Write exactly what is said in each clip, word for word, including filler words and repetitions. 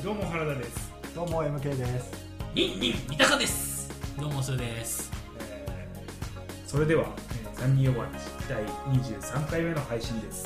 どうも原田です。 どうも エムケー です。 ニンニン三鷹です。どうもスーです。 えー、それでは、えー、さんにんお話だいにじゅうさんかいめの配信です。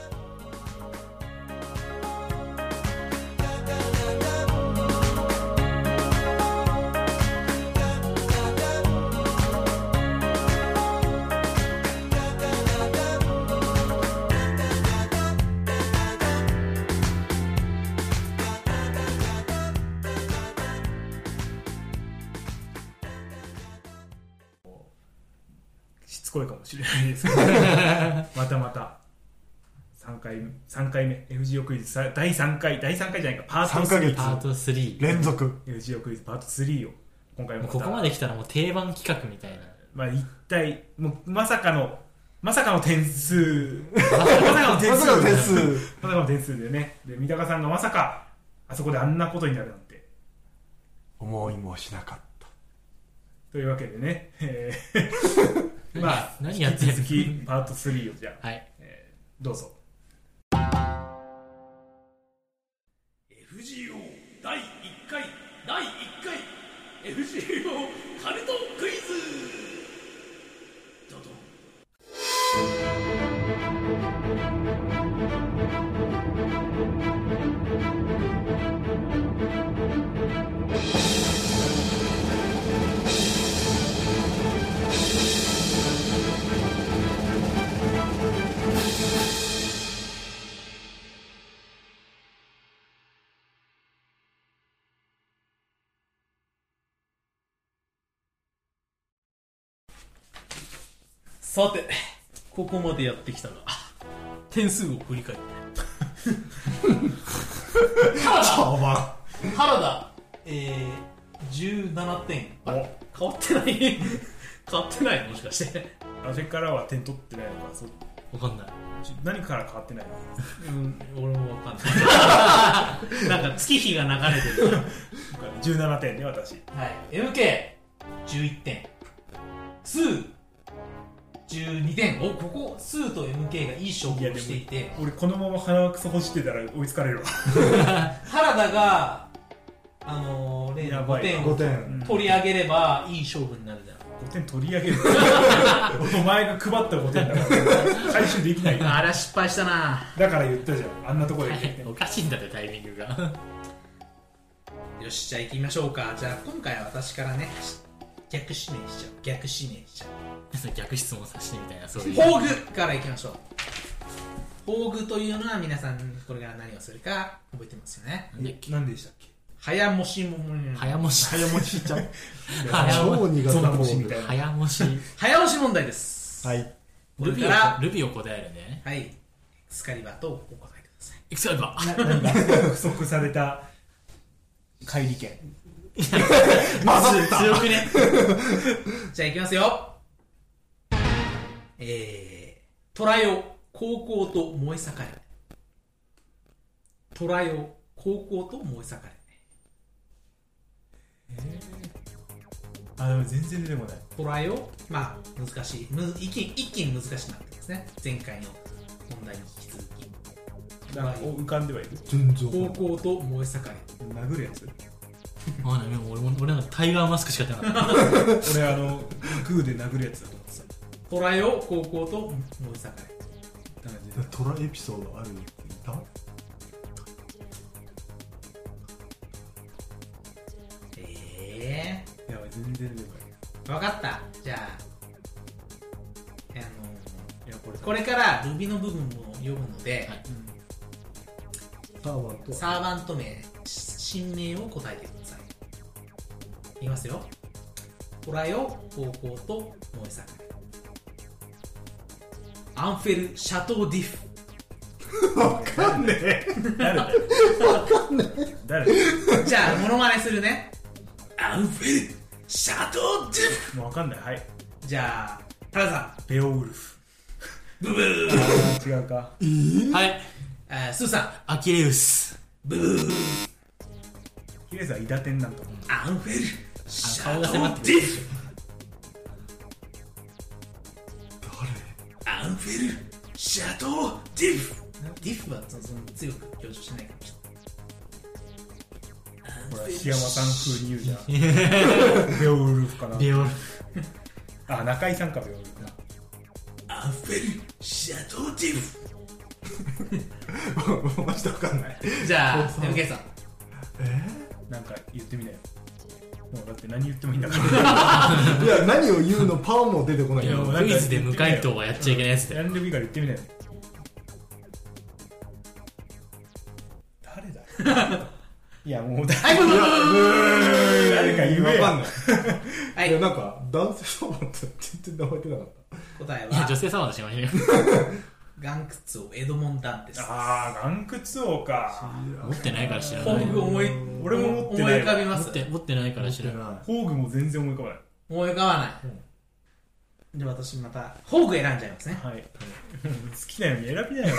しつこいかもしれないですけどまたまたさんかいめさんかいめ エフジーオー クイズだいさんかいだいさんかいじゃないかパートさんかげつパートスリー連続エフジーオー クイズパートスリーを今回ももうここまで来たらもう定番企画みたいな、 まあ一体もうまさかのまさかの点数まさかの点数まさかの点数まさかの点数でね、で三鷹さんがまさかあそこであんなことになるなんて思いもしなかったというわけでね、えー、まあ何やってる引き続きパートスリーをじゃあ、 はい、 えー、どうぞ。 エフジーオー だいいっかいだいいっかい エフジーオー カルトクイズドドン。 さてここまでやってきたが点数を振り返って原田原田、えー、じゅうななてん。あれ変わってない変わってないもしかしてあれからは点取ってないのか。そうわかんない。 何から変わってないの。 うん、俺もわかんないなんか月日が流れてるじゅうななてんね私。 はい、エムケーじゅういってん、スーじゅうにてん。お、ここスーと エムケー がいい勝負をしていて、 俺このまま鼻くそ欲してたら追いつかれるわ原田があのー、例のごてんをごてん取り上げればいい勝負になるじゃん。 ごてん取り上げるお前が配ったごてんだから回収できないあれは失敗したな。 だから言ったじゃん、あんなところで言って、 おかしいんだってタイミングがよし、じゃあ行きましょうか。じゃあ今回は私からね逆指名しちゃう逆指名しちゃう逆質問させてみたいな、そういう宝具からいきましょう。宝具というのは皆さんこれから何をするか覚えてますよね。 何でしたっけ。 早もしもも早もし早もしちゃう早超苦手な方みたいな早もし早押し問題です。 はい。 ルビーをルビーを答えるね。 はい、エクスカリバーとお答えください。 エクスカリバーななんだ不足された乖離権まず強くねじゃあいきますよ。えー、トラヨ高校と燃え盛れ。トラヨ高校と燃え盛れ。 えー、あでも全然出てこない。 トラヨ、まあ難しい、む一気に一気に難しくなってますね、前回の問題に引き続き。 なんか浮かんではいる。 全然高校と燃え盛れ。 殴るやつ。 あね、俺も俺なんかタイガーマスクしかやってなかった俺あのグーで殴るやつだと思ってた。 トラヨ高校と燃え盛れ。 トラエピソードあるって言った。 えー、やばい全然出てこない。分かった。じゃあ、あのー、 いやこれこれからルビの部分を読むので、はい、 サーバントサーバント名、新名を答えてください。いきますよ。トラヨ高校と燃え盛れ。アンフェルシャトーディフ。 わかんねえ誰だよわかんねえ誰だじゃあモノマネするね。アンフェルシャトーディフ。 もうわかんない。はい、 じゃあ原さん。 ベオウルフ。 ブブー。 違うか。 えー、 はいあースーさん。 アキレウス。 ブブー。 ヒレさんイダテンなんだもん。 アンフェルシャ顔トが迫ってるーディフ。アンフェルシャトーディフ。ディフはその強く強調しないかもしれない。 ほら檜山さん風に言うじゃんベオウルフかなベオウルフあ中井さんかベオウルフアフェルシャトーティフマジでわかんない。 じゃあ エムケー さんえなんか言ってみなよもうだって何言ってもいいんだからー、いや何を言うのパンも出てこないよ。 いやもうなんかクイズで無回答はやっちゃいけないやつだよ。 何でもいいから言ってみなよ誰だいやもう誰はい、ブーブー誰か言えよわかんない。 はいいやなんか男性サーバーって全然名前出なかっ答えいや女は性様だしましょうよ。 ガンクツオエドモンダンテス。 ああ岩窟王か持ってないから知らフォない。 ーグ思い俺も持ってない思い浮かびます持って持ってないから知らない。 た。 フォーグも全然思い浮かばない思い浮かばない、で私またフォーグ選んじゃいますね。 はい好きなように選びなよ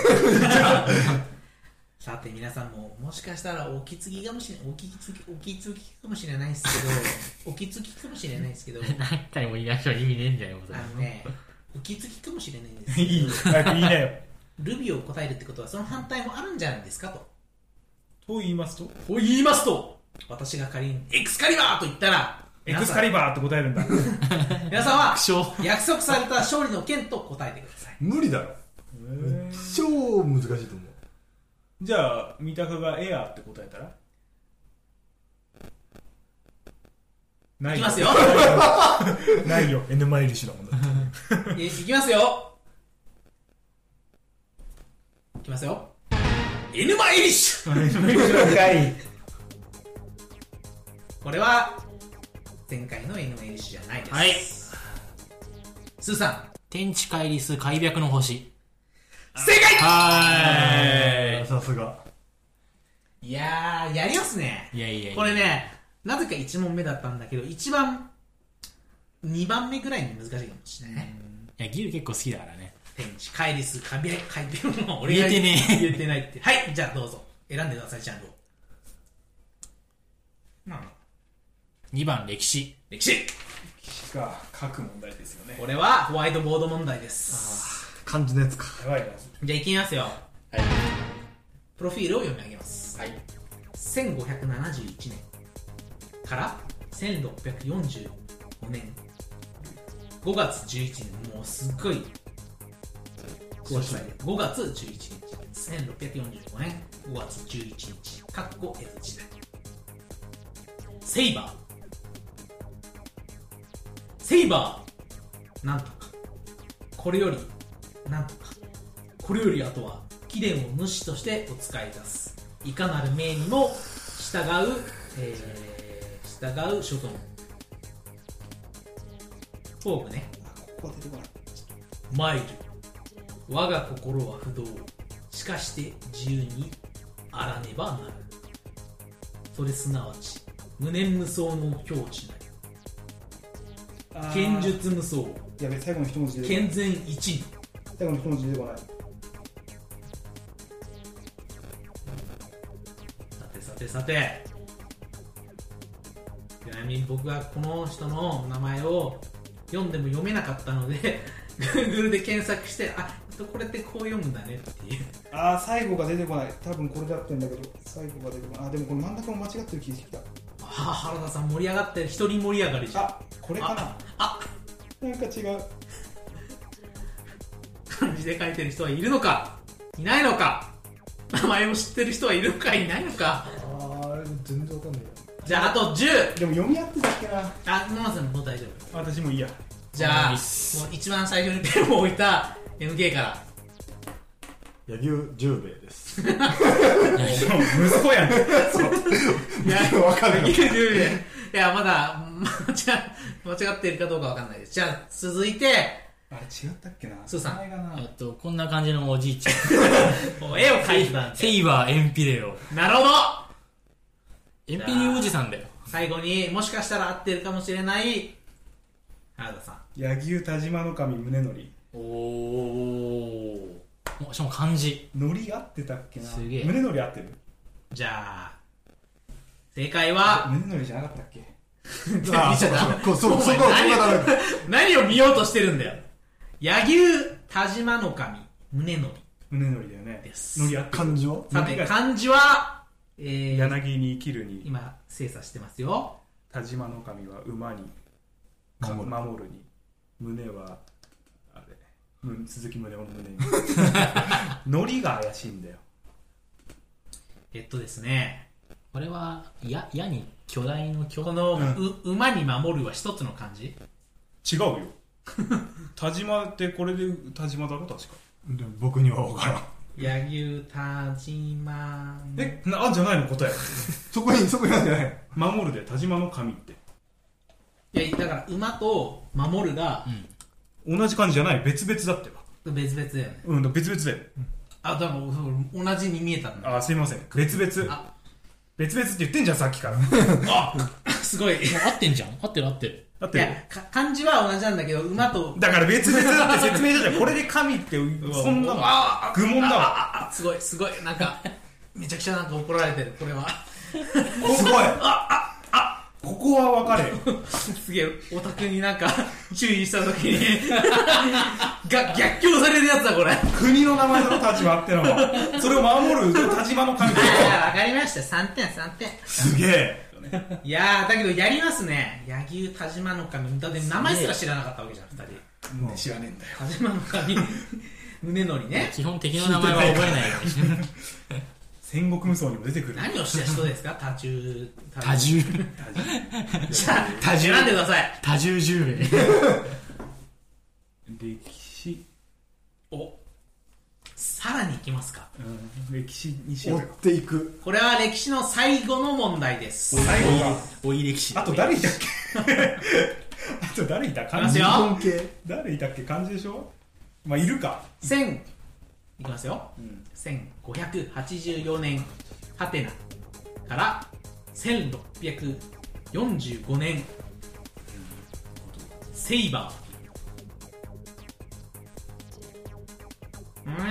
さて皆さんももしかしたらお気づきかもしれないお気づきお気づきかもしれないですけどお気づきかもしれないですけど何回も言いなきゃ意味ねえんじゃよ。 あのねお気づきかもしれないんですいいよ早く言いなよルビーを答えるってことはその反対もあるんじゃないですかとと言いますとと言いますと私が仮にエクスカリバーと言ったらエクスカリバーって答えるんだ皆さんは苦笑。 約束された勝利の剣と答えてください。 無理だろ。超難しいと思う。 じゃあ三鷹がエアーって答えたらないいきますよないよエヌマイリッシュだもんだっていいきますよいきますよエヌマイリッシュエヌマイリッシュかいこれは前回のエヌマイリッシュじゃないです。 はい。 スーさん天地海リス開闢の星。 正解。 はさすが。 いやーやりますね。 い。いやいやいや。 これねなぜかいち問目だったんだけど一番にばんめぐらいに難しいかもしれないね。 いやギル結構好きだからね。 天地カイリスカビカイビの俺が言えてねえ言えてないって。はいじゃあどうぞ選んでくださいジャンルを。まあにばん歴史。 歴史が書く問題ですよねこれはホワイトボード問題です。 漢字のやつか。 やばいなじゃあいきますよ。 はいプロフィールを読み上げます。 はいせんごひゃくななじゅういちねんからせんろっぴゃくよんじゅうごねんごがつじゅういちねんもうすっごい詳細でごがつじゅういちにちせんろっぴゃくよんじゅうごねんごがつじゅういちにちかっこ江戸時代セイバーセイバーなんとかこれよりなんとかこれよりあとは貴殿を主としてお使い出すいかなる命にも従う、えー、従う所存フォークねここは出てこないマイル我が心は不動しかして自由にあらねばなるそれすなわち無念無双の境地なり剣術無双やべ最後の一文字出てこない健全一に最後の一文字出てこないさてさてさてちなみに僕はこの人の名前を読んでも読めなかったのでGoogle で検索してあこれってこう読むんだねっていうああ最後が出てこない多分これだってんだけど最後が出てこないあでもこれ真ん中も間違ってる気がしてきたあ原田さん盛り上がってる一人盛り上がりじゃんあこれかなあなんか違う漢字で書いてる人はいるのかいないのか名前を知ってる人はいるのかいないのかああ全然わかんないよ。 じゃああとじゅうでも読み合ってたっけなあ野間さんもう大丈夫私もいいやじゃあもういいっす一番最初にペンを置いた エムケー から柳生十兵衛です。 息子やんいやわかんない。 いやまだ間違間違っているかどうかわかんないです。じゃあ続いてあれ違ったっけなスーさん名前がなえっとこんな感じのおじいちゃん。 もう絵を描いてたんでセイバーエンピレオ。 なるほどエンピレオおじさんだよ。 最後にもしかしたら合ってるかもしれない原田さん柳生田島の神宗則おお。しかも漢字。 のり合ってたっけなすげえ宗則合ってるじゃあ正解は宗則じゃなかったっけああ、そうか、そうそこ、そこ、そこがダメだ。 何を見ようとしてるんだよ柳生田島の神宗則宗則だよねですのり合ってる漢字はさて漢字はえー、 柳に生きるに今精査してますよ。 田島の神は馬に守る守るに胸はあれむ鈴木宗男の胸にノリが怪しいんだよ。 えっとですね、 これはや矢に巨大の巨この、 うんう馬に守るは一つの漢字。 違うよ田島ってこれで田島だろ確か。 でも僕には分からん。 柳生田島のえなあんじゃないの答えそこにそこにあるんじゃない守るで田島の神って。 いやだから馬と守るが同じ漢字じゃない、別々だってば。 別々だよね。 うん別々だよ。 あ、だからそう同じに見えたんだ。 あすいません別々 あ別々って言ってんじゃんさっきからあすごい。い合ってんじゃん。合ってる合ってる。 だってやか漢字は同じなんだけど馬とだから別々だって説明したじゃんこれで神ってそんなのあ愚問だわ。 ああすごいすごいなんかめちゃくちゃなんか怒られてるこれは。 すごいここは分かれよすげえオタクになんか注意した時にが逆境されるやつだこれ。 国の名前の田島ってのはそれを守る田島の神ってああ分かりましたさんてんさんてん。 すげえいやーだけどやりますね。柳生田島の神だって名前すら知らなかったわけじゃんふたり。 うん知らねえんだよ。 田島の神宗則ね。 基本敵の名前は覚えないようにしない戦国無双にも出てくる何をした人ですか多重多重じゃあ多重選んでください。 多重十名歴史、 おさらにいきますか。 うん、歴史にしよ追っうよ。 ていく。 これは歴史の最後の問題です。 最後か。 おい歴史あと誰いたっけあと誰いた漢字いきますよ日本系。 誰いたっけ漢字でしょ。まあいるか。 千いきますよ。 うんせんごひゃくはちじゅうよねんハテナからせんろっぴゃくよんじゅうごねんセイバー。うー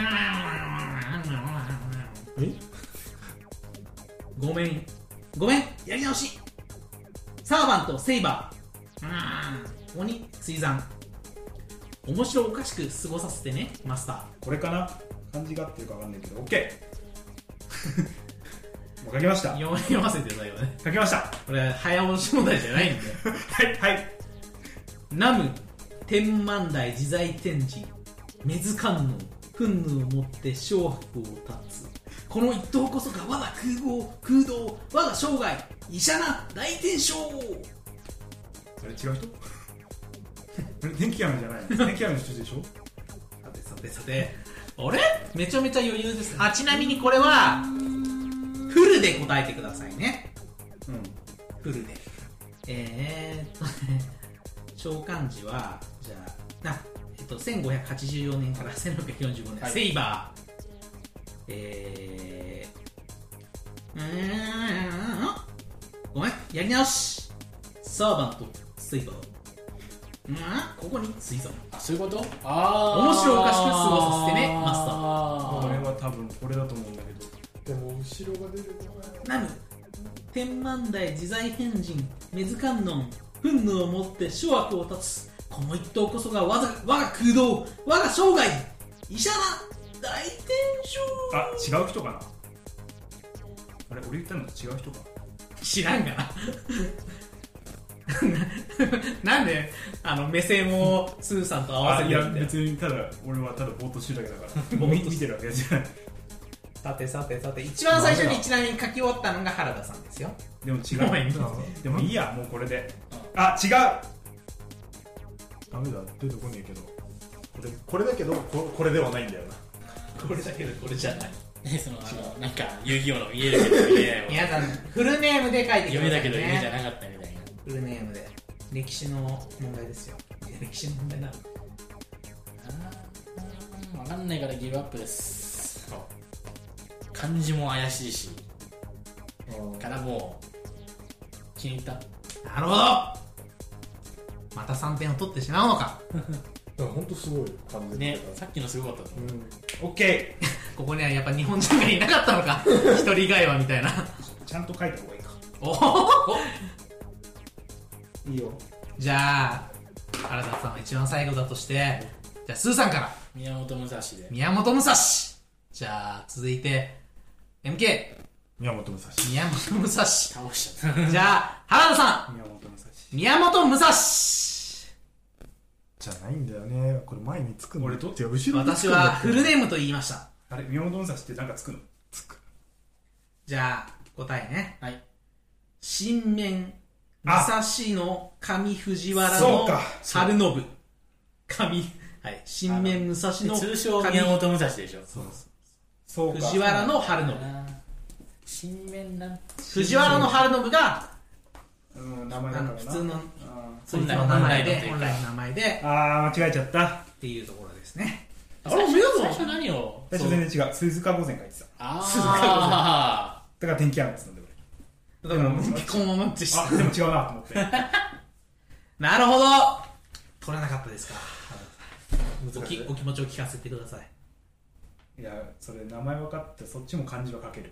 んえごめんごめんやり直し。サーバントセイバー。うーんここに追算。面白おかしく過ごさせてねマスター。 これかな。漢字がっていうかわかんないけど OK もう書きました。 読ま読ませてくださいよね。 書きました。 これ早押し問題じゃないんではいはい南無天満台自在天神根津観音憤怒をもって小白を立つこの一刀こそが我が空壕空洞我が生涯医者な大天将。 それ違う人これ電気屋根じゃないの。電気屋根の人でしょ。 さてさてさてあれめちゃめちゃ余裕ですね。あちなみにこれはフルで答えてくださいね。 うんフルでえー、っとね召喚時はじゃあな、えっと、せんごひゃくはちじゅうよねんからせんろっぴゃくよんじゅうごねん、はい、セイバーえーうーんごめんやり直し。サーバントセイバーうんここに水槽。 あそういうこと。ああ面白おかしく過ごさせてねマスター。 これは多分これだと思うんだけど。 でも後ろが出るナム天満台自在変人根津観音憤怒をもって諸悪を断つこの一刀こそが我が我が空洞我が生涯医者な大天将。 あ違う人かな。あれ俺言ったのと違う人か。 知らんがななんであの目線をスーさんと合わせあいやてるんだよ。 別にただ俺はただぼーっとしてるだけだからもう見見てるわけじゃない。 さてさてさて一番最初にちなみに書き終わったのが原田さんですよ。 でも違ごめんう。でもいいやもうこれで。あ違う。 ダメだ出てこねえけどこれこれだけどここれではないんだよな。 これだけどこれじゃない。 ねそのあのなんか遊戯王の見えるけど見えない皆さんフルネームで書いてくださいね。 夢だけど夢じゃなかったみたいな。 フルネームで歴史の問題ですよ。いや歴史の問題なの。 あー分かんないからギブアップです。漢字も怪しいしからもう気に入った。 なるほど。またさんてんを取ってしまうのか。 本当すごい感じねさっきのすごかったと思う。 オッケここにはやっぱ日本人がいなかったのか一人以外はみたいな。 ー。ちゃんと書いた方がいいか。 おおいいよ。 じゃあ原田さんは一番最後だとしてじゃあスーさんから宮本武蔵で宮本武蔵。じゃあ続いて エムケー宮本武蔵。 宮本武蔵。 倒しちゃったじゃあ原田さん、 宮本武蔵。 宮本武蔵。 じゃないんだよね。これ前につくの。 俺どっち後ろにつくんだって私はフルネームと言いました。 あれ宮本武蔵ってなんかつくの？ つく。 じゃあ答えね。 はい。 新面武蔵の上藤原のそうか春信。上、はい。新面武蔵の通称宮本武蔵でしょ。 そうそうか。 藤原の春信。 新面なん藤原の春信が、 うん、名前だあからな。 の普通のあそいつの名前で、 本来の本来の名前でーあー、間違えちゃった。 っていうところですね。あ最れ、見初最初事何を最初全然違う。鈴鹿御前書いてた。 あだから天気屋なんですのでだからもう、このままでし俺。あ、でも違うなと思って。 なるほど取らなかったですか。おきお気持ちを聞かせてください。 いや、それ名前分かってそっちも漢字は書ける。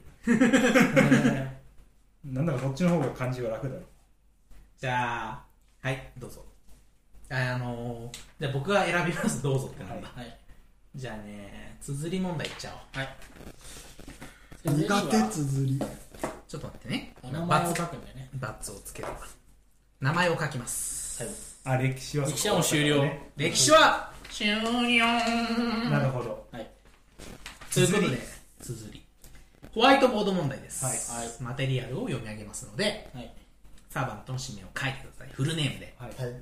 なんだかそっちの方が漢字は楽だろ。 じゃあ、はい、どうぞ。あ、あのー、じゃあ僕が選びます、どうぞってなんだ。 あはいじゃあね、綴り問題いっちゃおう。 はい苦手綴り。 ちょっと待ってね。 お名前を書くんだよね。 バツをつける。名前を書きます。 最後あ、歴史はそこ歴史はもう終了ね歴史は終了。 なるほど。 はいということで、綴り。ホワイトボード問題です。 はいはいマテリアルを読み上げますので、 はいサーバントの氏名を書いてください。フルネームで。 はい。 はい。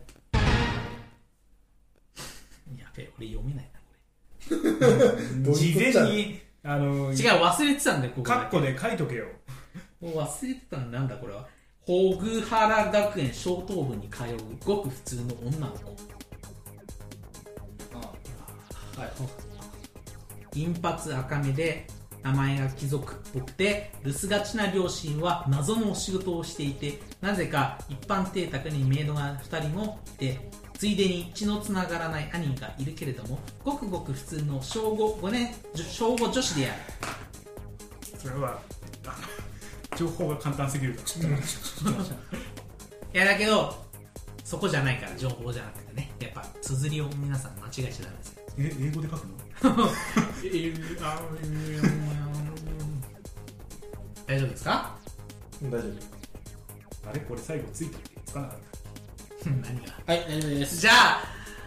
やべえ、俺読めないな、こどう事いうこと前に、あの、 れ。違う、忘れてたんで、ここだけ。 カッコで書いとけよ。 もう忘れてたんだ、なんだこれは。ホグハラ学園小等部に通うごく普通の女の子。 はい銀髪赤目で名前が貴族っぽくて留守がちな両親は謎のお仕事をしていて、なぜか一般邸宅にメイドがふたりもいて、ついでに血のつながらない兄がいるけれども、ごくごく普通の小ごごねん小ご女子である。 それは、あの情報が簡単すぎるから。 いやだけどそこじゃないから、情報じゃなくてね、やっぱ綴りを皆さん間違えちゃダメですよ。 え、英語で書くの？ 大丈夫ですか？ 大丈夫。 あれこれ最後ついてるつかなかった。 何が？ はい大丈夫ですじゃあ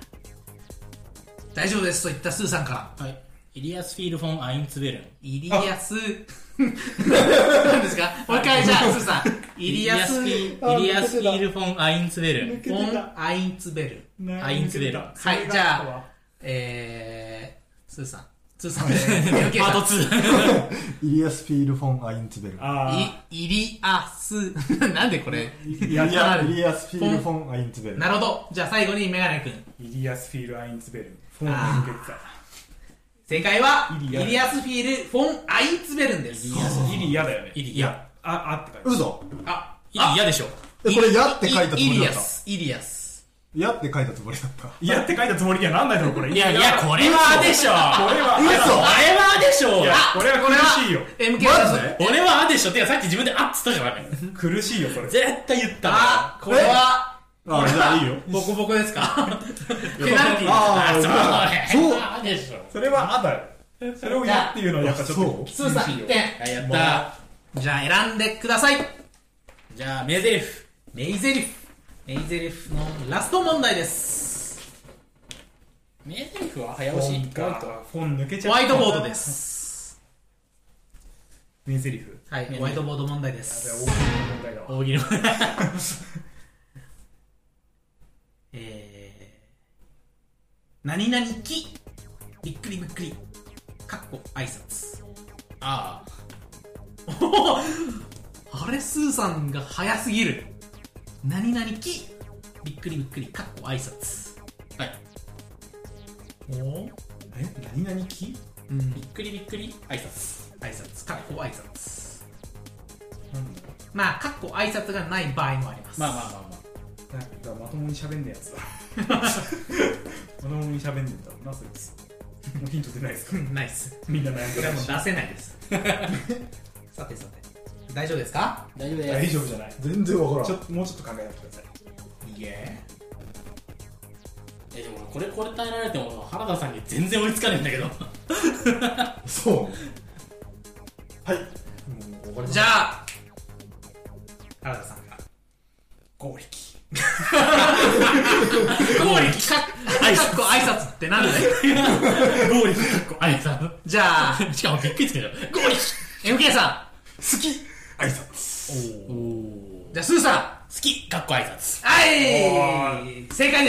大丈夫ですと言ったスーさんから。 はいイリアスフィール・フォン・アインツベルンイリアス何ですか？もう一回じゃあスーさん。イリアスフィイリアスフィール・フォン・アインツベルンフォン・アインツベルン。 アインツベルンはい、じゃあえー、スーさんスーさんでパートツーイリアス・フィール・フォン・アインツベルン。 あイイリアスなんでこれいや、イリアス・フィール・フォン・アインツベルン。 なるほど。じゃあ最後にメガネ君。 イリアス・フィール・アインツベルン。フォンに向けて正解はイイリアリアスフィール・フォン・アインツベルンです。 た。イリアだよね。 イリアいや、あ、あって書いてある。 嘘。 あ、 イリアでしょえこれ、やって書いたつもイりだった。 リアス、イリアス。 やって書いたつもりだった。 いやって書いたつもりにはなんないだろ、これ。 いやいやこれはでしょこれは、 これはでしょいや、これはこれは苦しいよ。 エムケー だぜ。 俺はあでしょてかさっき自分であっつったじゃん苦しいよ、それ。 絶対言ったあ、これは、 あ、じゃあいいよ。 ボコボコですか？ペナルティー。 ああそうそうあでしょそれはあだよ。それをやっていうのはやっぱちょっと。 スーさんいってん。 はいやったじゃあ選んでください。 じゃあ名台詞メイゼリフ。メイゼリフのラスト問題です。 名台詞は早フ押しォンか。フォン抜けちゃホった。 ワイトボードで。す。 名台詞。 はい、ホワイトボード問題であ、 す。 大きな問題だわ。 大喜利えー、何々き、びっくりびっくり、かっこ挨拶。 あおおあれ、スーさんが早すぎる。何々き、びっくりびっくり、かっこ挨拶。 あはいおえ、何々き？ うん、 びっくりびっくり挨拶挨拶、かっこ挨拶。 なんだろまあ、かっこ挨拶がない場合もあります。 まあまあまあまう。なんかまともに喋んねえやつだ。まともに喋んねえんだろうな、そいつ。もうヒント出ないですか？ ナイス。 みんな悩んこれはもうでるし。 出せないです。さてさて、大丈夫ですか？ 大丈夫です大丈夫じゃない。 全然わからん。 ちょっと、もうちょっと考えてください。 いいえ。 えでもこれこれ耐えられても原田さんに全然追いつかねえんだけどそう。はい。 もう終じゃあ原田さんが剛力剛力かっこ挨拶ってなんだよ剛力かっこ挨拶。 じゃあしかもびっくりつけたよ。 剛力 エムケー さ好き挨拶。 おお。 んじゃあスーさん好きかっこ挨拶。 はい正解です。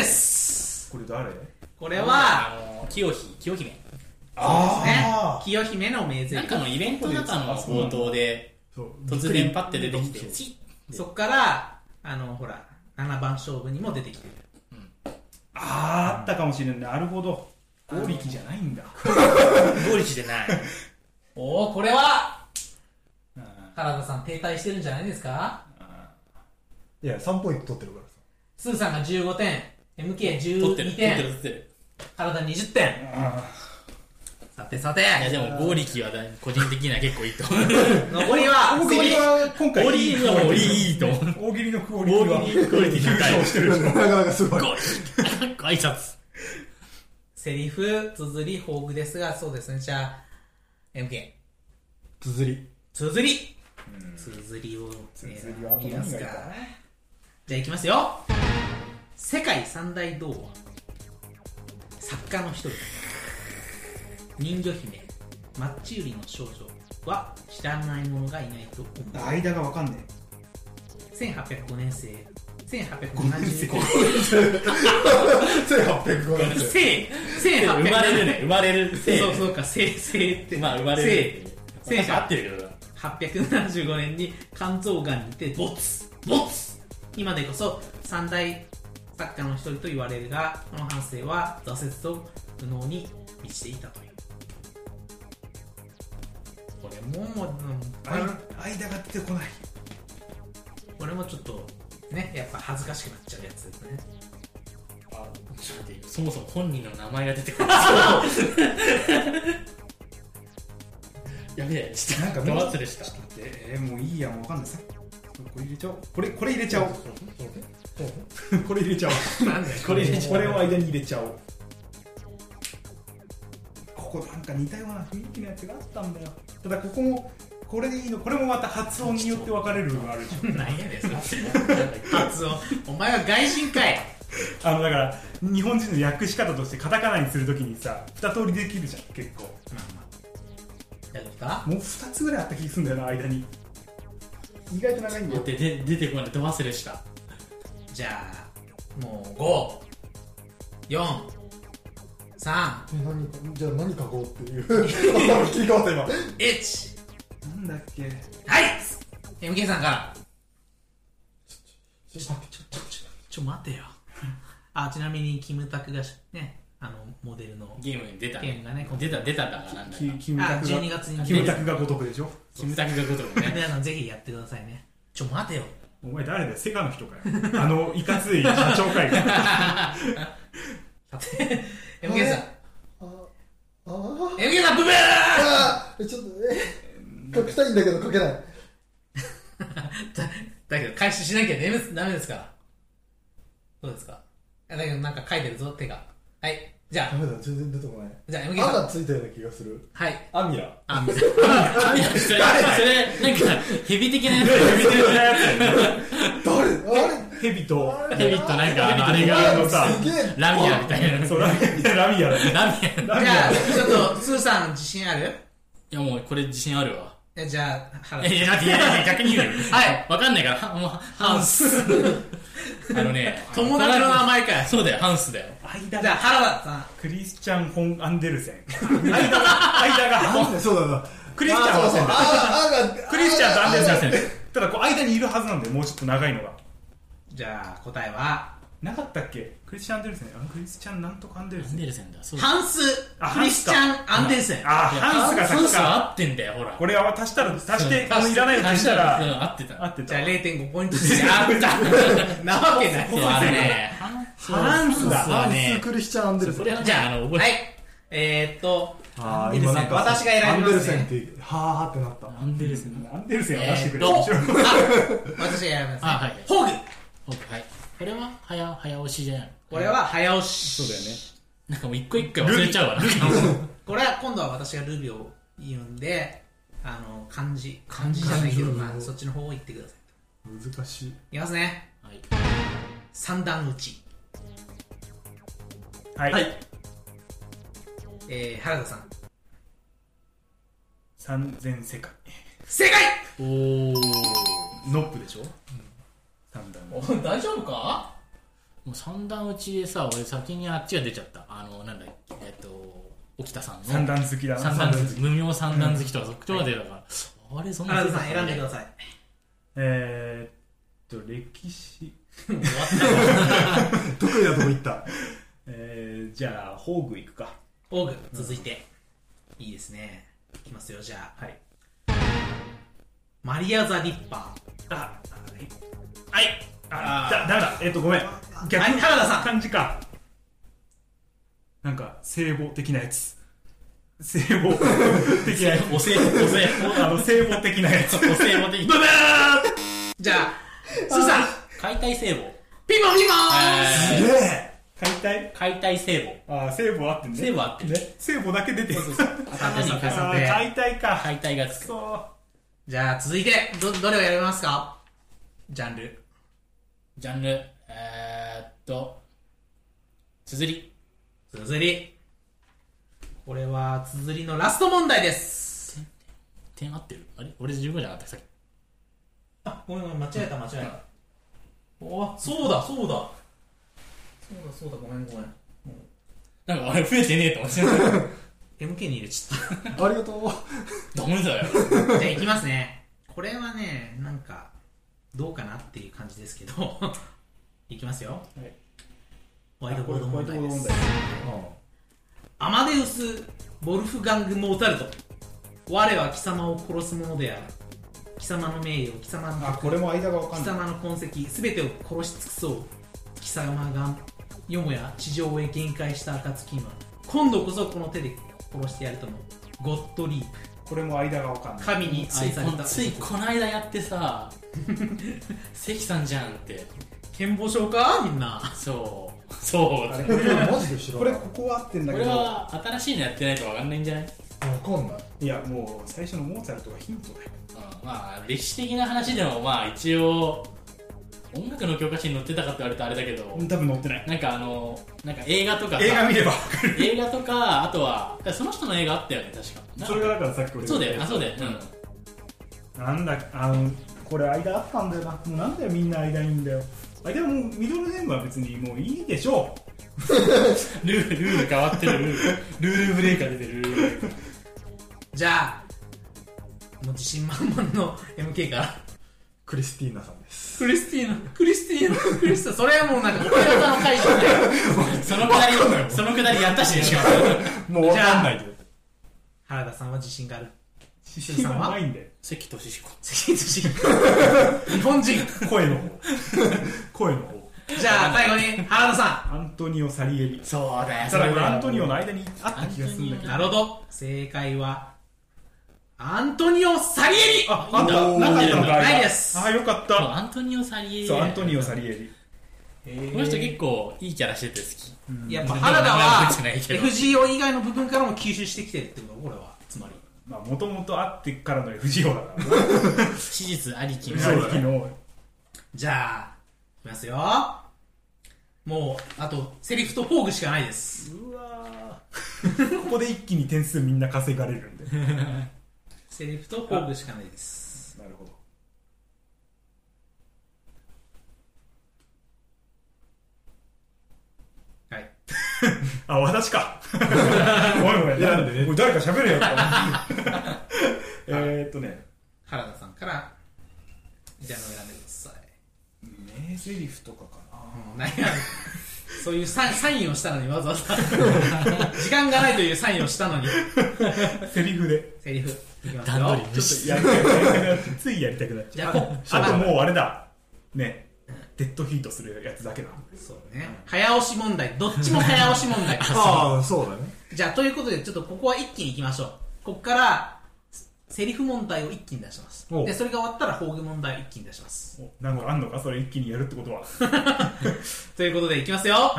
これ誰？ これはあの清姫清姫ねあ清姫の名なん台詞かのイベントの中の冒頭でそう突然パッて出てきて、 そっからあのほらななばん勝負にも出てきてる。 あーあったかもしれんね。なるほど。剛力じゃないんだ。 剛力じゃない。 おおこれは原田さん停滞してるんじゃないですか。 いやさんポイント取ってるからさ。 スーさんがじゅうごてん エムケーじゅう取ってるに取ってるてん取ってる。 原田にじゅってん。さてさていやでも剛力は個人的には結構いいと思う。 残りは大喜利は今回大喜利は俺いいと思う。 大喜利のクオリティは大喜利クオリティ高い優勝してるでしょ。 なかなかすごい。 剛力かっこ挨拶。 セリフ、綴り、宝具ですが、そうですね。じゃあ エムケー綴り。 綴り綴りを綴りはあと見ますか。 何がいいかじゃあいきますよ。世界三大童話作家の一人人魚姫マッチ売りの少女は知らない者がいないと思う。 間がわかんねせんはっぴゃくごねん生せんはっぴゃくななじゅうにせんはっぴゃくごねん生。 せせんはっぴゃく生まれるね生まれる生そうそうか生生ってまあ生まれる生生合ってるけどはっぴゃくななじゅうごねんに肝臓がんにて没没今でこそ三大作家の一人と言われるが、この半生は挫折と苦悩に満ちていたという。これももう、 え。間が出てこない。 これもちょっとねやっぱ恥ずかしくなっちゃうやつですね。 あちょっと待ってそもそも本人の名前が出てくるやべえちょっとなんかもうど忘れした。 えー、もういいや、もうわかんないさ。これ入れちゃおう。これ、これ入れちゃおう。これ入れちゃおう。 なんだよこれ入れちゃおう。これを間に入れちゃおう。ここなんか似たような雰囲気のやつがあったんだよ。ただここも、これでいいの。これもまた発音によって分かれるのがあるじゃん。 何やねんそれ発音お前は外人かい。 あのだから日本人の訳し方としてカタカナにするときにさ二通りできるじゃん結構。 まあまあやるかもう二つぐらいあった気がするんだよな間に。意外と長いんだよ。 待ってで出てこないど忘れした。 じゃあもうごよんさんえ何かじゃあ何書こうっていう頭切り替わった今。 いちなんだっけ。 はい エムケー さんからちょちょちょちょちょ待てよあちなみにキムタクがねあのモデルのゲームに出たゲームがね出た出たんだからなんだキキムタあじゅうにクががつにキムタクが如くでしょ。 キムタクがごとくね皆さんぜひやってくださいね。ちょ待てよお前誰だよセガの人かよ。あのいかつい社長かよ。 さて エムケー さんああエムケー さんブブーああちょっとえ書きたいんだけど書けない。 だだけど回収しなきゃダメですダメですからどうですか。だけどなんか書いてるぞ手が。はいじゃあダメだ全然出てこない。 じゃあ エムケーあさんがついたような気がする。 はいアミラ。 あそれそれなんかヘビ的なやつヘビ的なや誰あれつ。ヘビとヘビとなんかあのあれがあのさすげえラミアみたいなそうラミアラミアだね。 ラミアラミじゃあアちょっとスーさん自信ある。 いやもうこれ自信あるわ。 えじゃあ原田えいや待っていやいや逆に言うよはいわかんないからはもうハンスあのね友達の名前かよ。 そうだよハンスだよ間じゃあ原田さんクリスチャン・フォン・アンデルセン。間が間がそうだな。 クリスチャンはそうだ。 ああがクリスチャンとアンデルセンあー。 ただこう間にいるはずなんだよ。もうちょっと長いのがじゃあ答えはなかったっけ。クリスチャン・アンデルセン。あのクリスチャンなんとかアンデルセン。 アンデルセンだそうだハンスあクリスチャン・アンデルセン。 あいやハンスがハン先か。 スは合ってんだよほらこれは足したら足してうんあのいらないの消したうんら合ってた合ってた。 じゃあ れいてんごポイントです。やったなわけない。 そうあれねハンスだ。 そうハンねスクリスチャン・アンデルセン。 それはじゃあじゃああの覚はいええーっとあアンデルセン今なんか私が選びますねアンデルセンってはーってなった。 アンデルセンアンデルセンは出してくれ。 えーっ面白い。 あ私が選びますね。 あはいホーグはいこれは早早押しじゃんこれは早押し。 そうだよね。 なんかもう一個一個忘れちゃうわなんかこれは今度は私がルビを言うんで、 あの漢字漢字じゃないけど、まあ、そっちの方を言ってください。 難しい。 いきますね。 はい。 三段打ち。 はい、 はい。 えー、原田さん。 三千世界。 正解。 おー。 ノップでしょ、うん、三段お大丈夫か。もう三段打ちでさ、俺先にあっちが出ちゃった。あのなんだえっと沖田さんの三段好きだな。 三段好き、無名三段好きとかそっちまでだから、あれそんな原田さん選んでください。 えーっと歴史終わった得意なとこ行った。 えー、じゃあ宝具いくか。 宝具続いて、うん、いいですね。いきますよ。じゃあ、 はい、 マリア・ザ・リッパー。 あはいあだだめだえっとごめん逆はい、原田さん。 感じか。なんか聖母的なやつ。聖母的なやつ。 お歳暮お歳暮あの聖母的なやつ。 お歳暮的ブブー。じゃあスーさん。 解体聖母。 ピンポンピンポすげえ解体解体聖母。 ああ聖母あってんね。 聖母あってるね聖母だけ出てる。 頭にあ重ーねて。 解体か。 解体がつく。 そじゃあ続いて ど, どれをやりますか。ジャンル。 ジャンルえー、っと綴り。 綴り。これは綴りのラスト問題です。 点合ってる。あれ俺じゅうごじゃなかったさっき。 あ、ごめんごめん、間違えた間違えた。お、そうだそうだそうだそうだ、ごめんごめん。 なんかあれ増えてねえと思ってエムケー に入れちゃった。 ありがとう。 ダメだよ。 じゃあいきますね。これはね、なんかどうかなっていう感じですけどいきますよ、はい、ホワイトボード問題です。アマデウス・ボルフガング・モータルト。我は貴様を殺すものである。貴様の名誉、貴様のあ、これも間がわかんない。 貴様の痕跡、すべてを殺し尽くそう。貴様がよもや地上へ限界した暁には今度こそこの手で殺してやると思う。ゴッドリープ。 これも間がわかんない。 神に愛された。 ついこの間やってさ関さんじゃんって健忘症かみんな。 そうそうあれこれマジで知らない。 これここは合ってんだこけど。 れは新しいのやってないと分かんないんじゃない。 わかんない。 いやもう最初のモーツァルトがヒントだよ。 うん、まあ歴史的な話でもまあ一応音楽の教科書に載ってたかって言われたらあれだけど、 多分載ってない。 なんかあのなんか映画とか映画見れば映画とかあとはその人の映画あったよね確か。 それがだからさっき俺そうだよあそうだよ、 うん、なんだあのこれ間あったんだよな。もうなんだよみんな間いいんだよ。あでももうミドルネームは別にもういいでしょうルールルール変わってるルールルールブレーカー出てるルール。 じゃあもう自信満々の エムケー からクリスティーナさんです。 クリスティーナクリスティーナクリスティーナそれはもうなんかオペラ座の会社でそのくだりそのくだりやったしねしかもうわかんないけど。 原田さんは自信がある。 自信はないんで。 関俊彦関俊彦日本人声の方声の方。 じゃあ最後に原田さアントニオ・サリエリ。 そうだよただこれアントニオの間にあった気がするんだけど。 んなるほど正解はアントニオ・サリエリ。 あ、 いいんだあったなかったのか。 ないです。 あ、よかっそうた。 アントニオ・サリエリ。 そうアントニオ・サリエリ。 この人結構いいキャラしてて好き。 やっぱ原田はでも名前覚えてないけどエフジーオー 以外の部分からも吸収してきてるってことこれはつまりまあもともとあってからの エフジーオー だからな。 史実ありきの。 そうだね。 じゃあいきますよ。もうあとセリフとフォーグしかないです。 うわーここで一気に点数みんな稼がれるんで。 セリフとフォーグしかないです。 なるほど。 はい。 あ、私か。ごめんごめん。なんでね。誰か喋れよ。えーっとね。 原田さんからじゃあの選んでください。 名台詞とかかな。 うん、何やそういうササインをしたのにわざわざ時間がないというサインをしたのにセリフで。 セリフいきますよ。 段取り無視ちょっとやりたくなってついやりたくなっちゃう。 じゃああともうあれだね、デッドヒートするやつだけだ。 そうね。早押し問題、どっちも早押し問題。 ああ、そうだね。 じゃあということでちょっとここは一気にいきましょう。ここからセリフ問題を一気に出します。でそれが終わったらフォーグ問題を一気に出します。 おなんかあんのかそれ一気にやるってことは。 ということでいきますよ。 はい。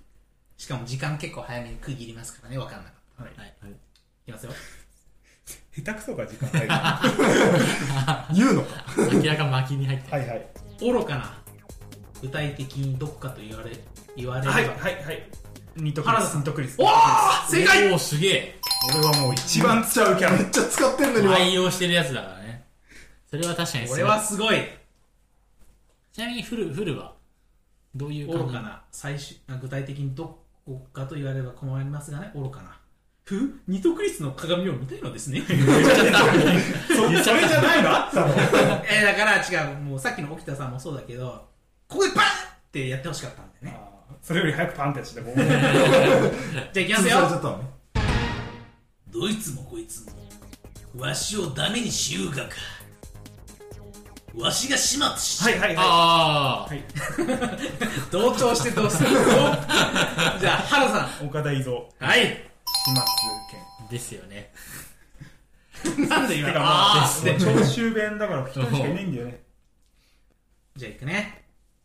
しかも時間結構早めに区切りますからね、分かんなかった。 はい。 はい。いきますよ。 下手くそが時間入る言うのか。 明らか巻きに入ってる。 はいはい愚かな。具体的にどっかと言われ言われれば、 はいはいはいニトクリス原田さんニトクリスおー正解。 おー、すげえ。 俺はもう一番使うキャラめっちゃ使ってんのに愛用してるやつだからね。それは確かにすごい。 これはすごい。 ちなみにフル、フルはどういう感じ？ 愚かな。最終具体的にどこかと言われれば困りますがね、愚かな。ふニトクリスの鏡を見たいのですね。 そそれじゃないのあったのえー、だから違う、もうさっきの沖田さんもそうだけど、ここでバンってやってほしかったんだよね。 それより早くパンってやつでもうじゃあいきますよ。 潰されちゃったのね。 どいつもこいつもわしをダメにしようがか。わしが始末しはいはいはああ、 はい同調してどうするじゃあ原さい岡田伊蔵ん。はい始末ですよね。 なんで今権てかまああーで長州弁だから一人しかいないんだよねじゃあいくね。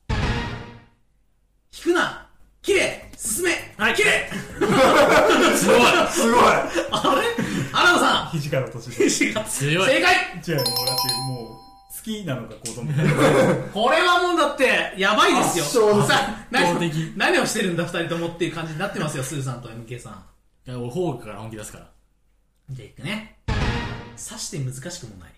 引くな切れ進めはい切れすごいすごい。 あれ原田さ土方歳ん三違う強い。 正解。 違うよもうだってもう好きなのか子供みたいなこれはもうだってやばいですよ圧勝ですさ圧倒的何何をしてるんだふたりともっていう感じになってますよスーさんと エムケー さん。 いや、俺、ホークから本気出すから。 じゃあいくね。さして難しくもない。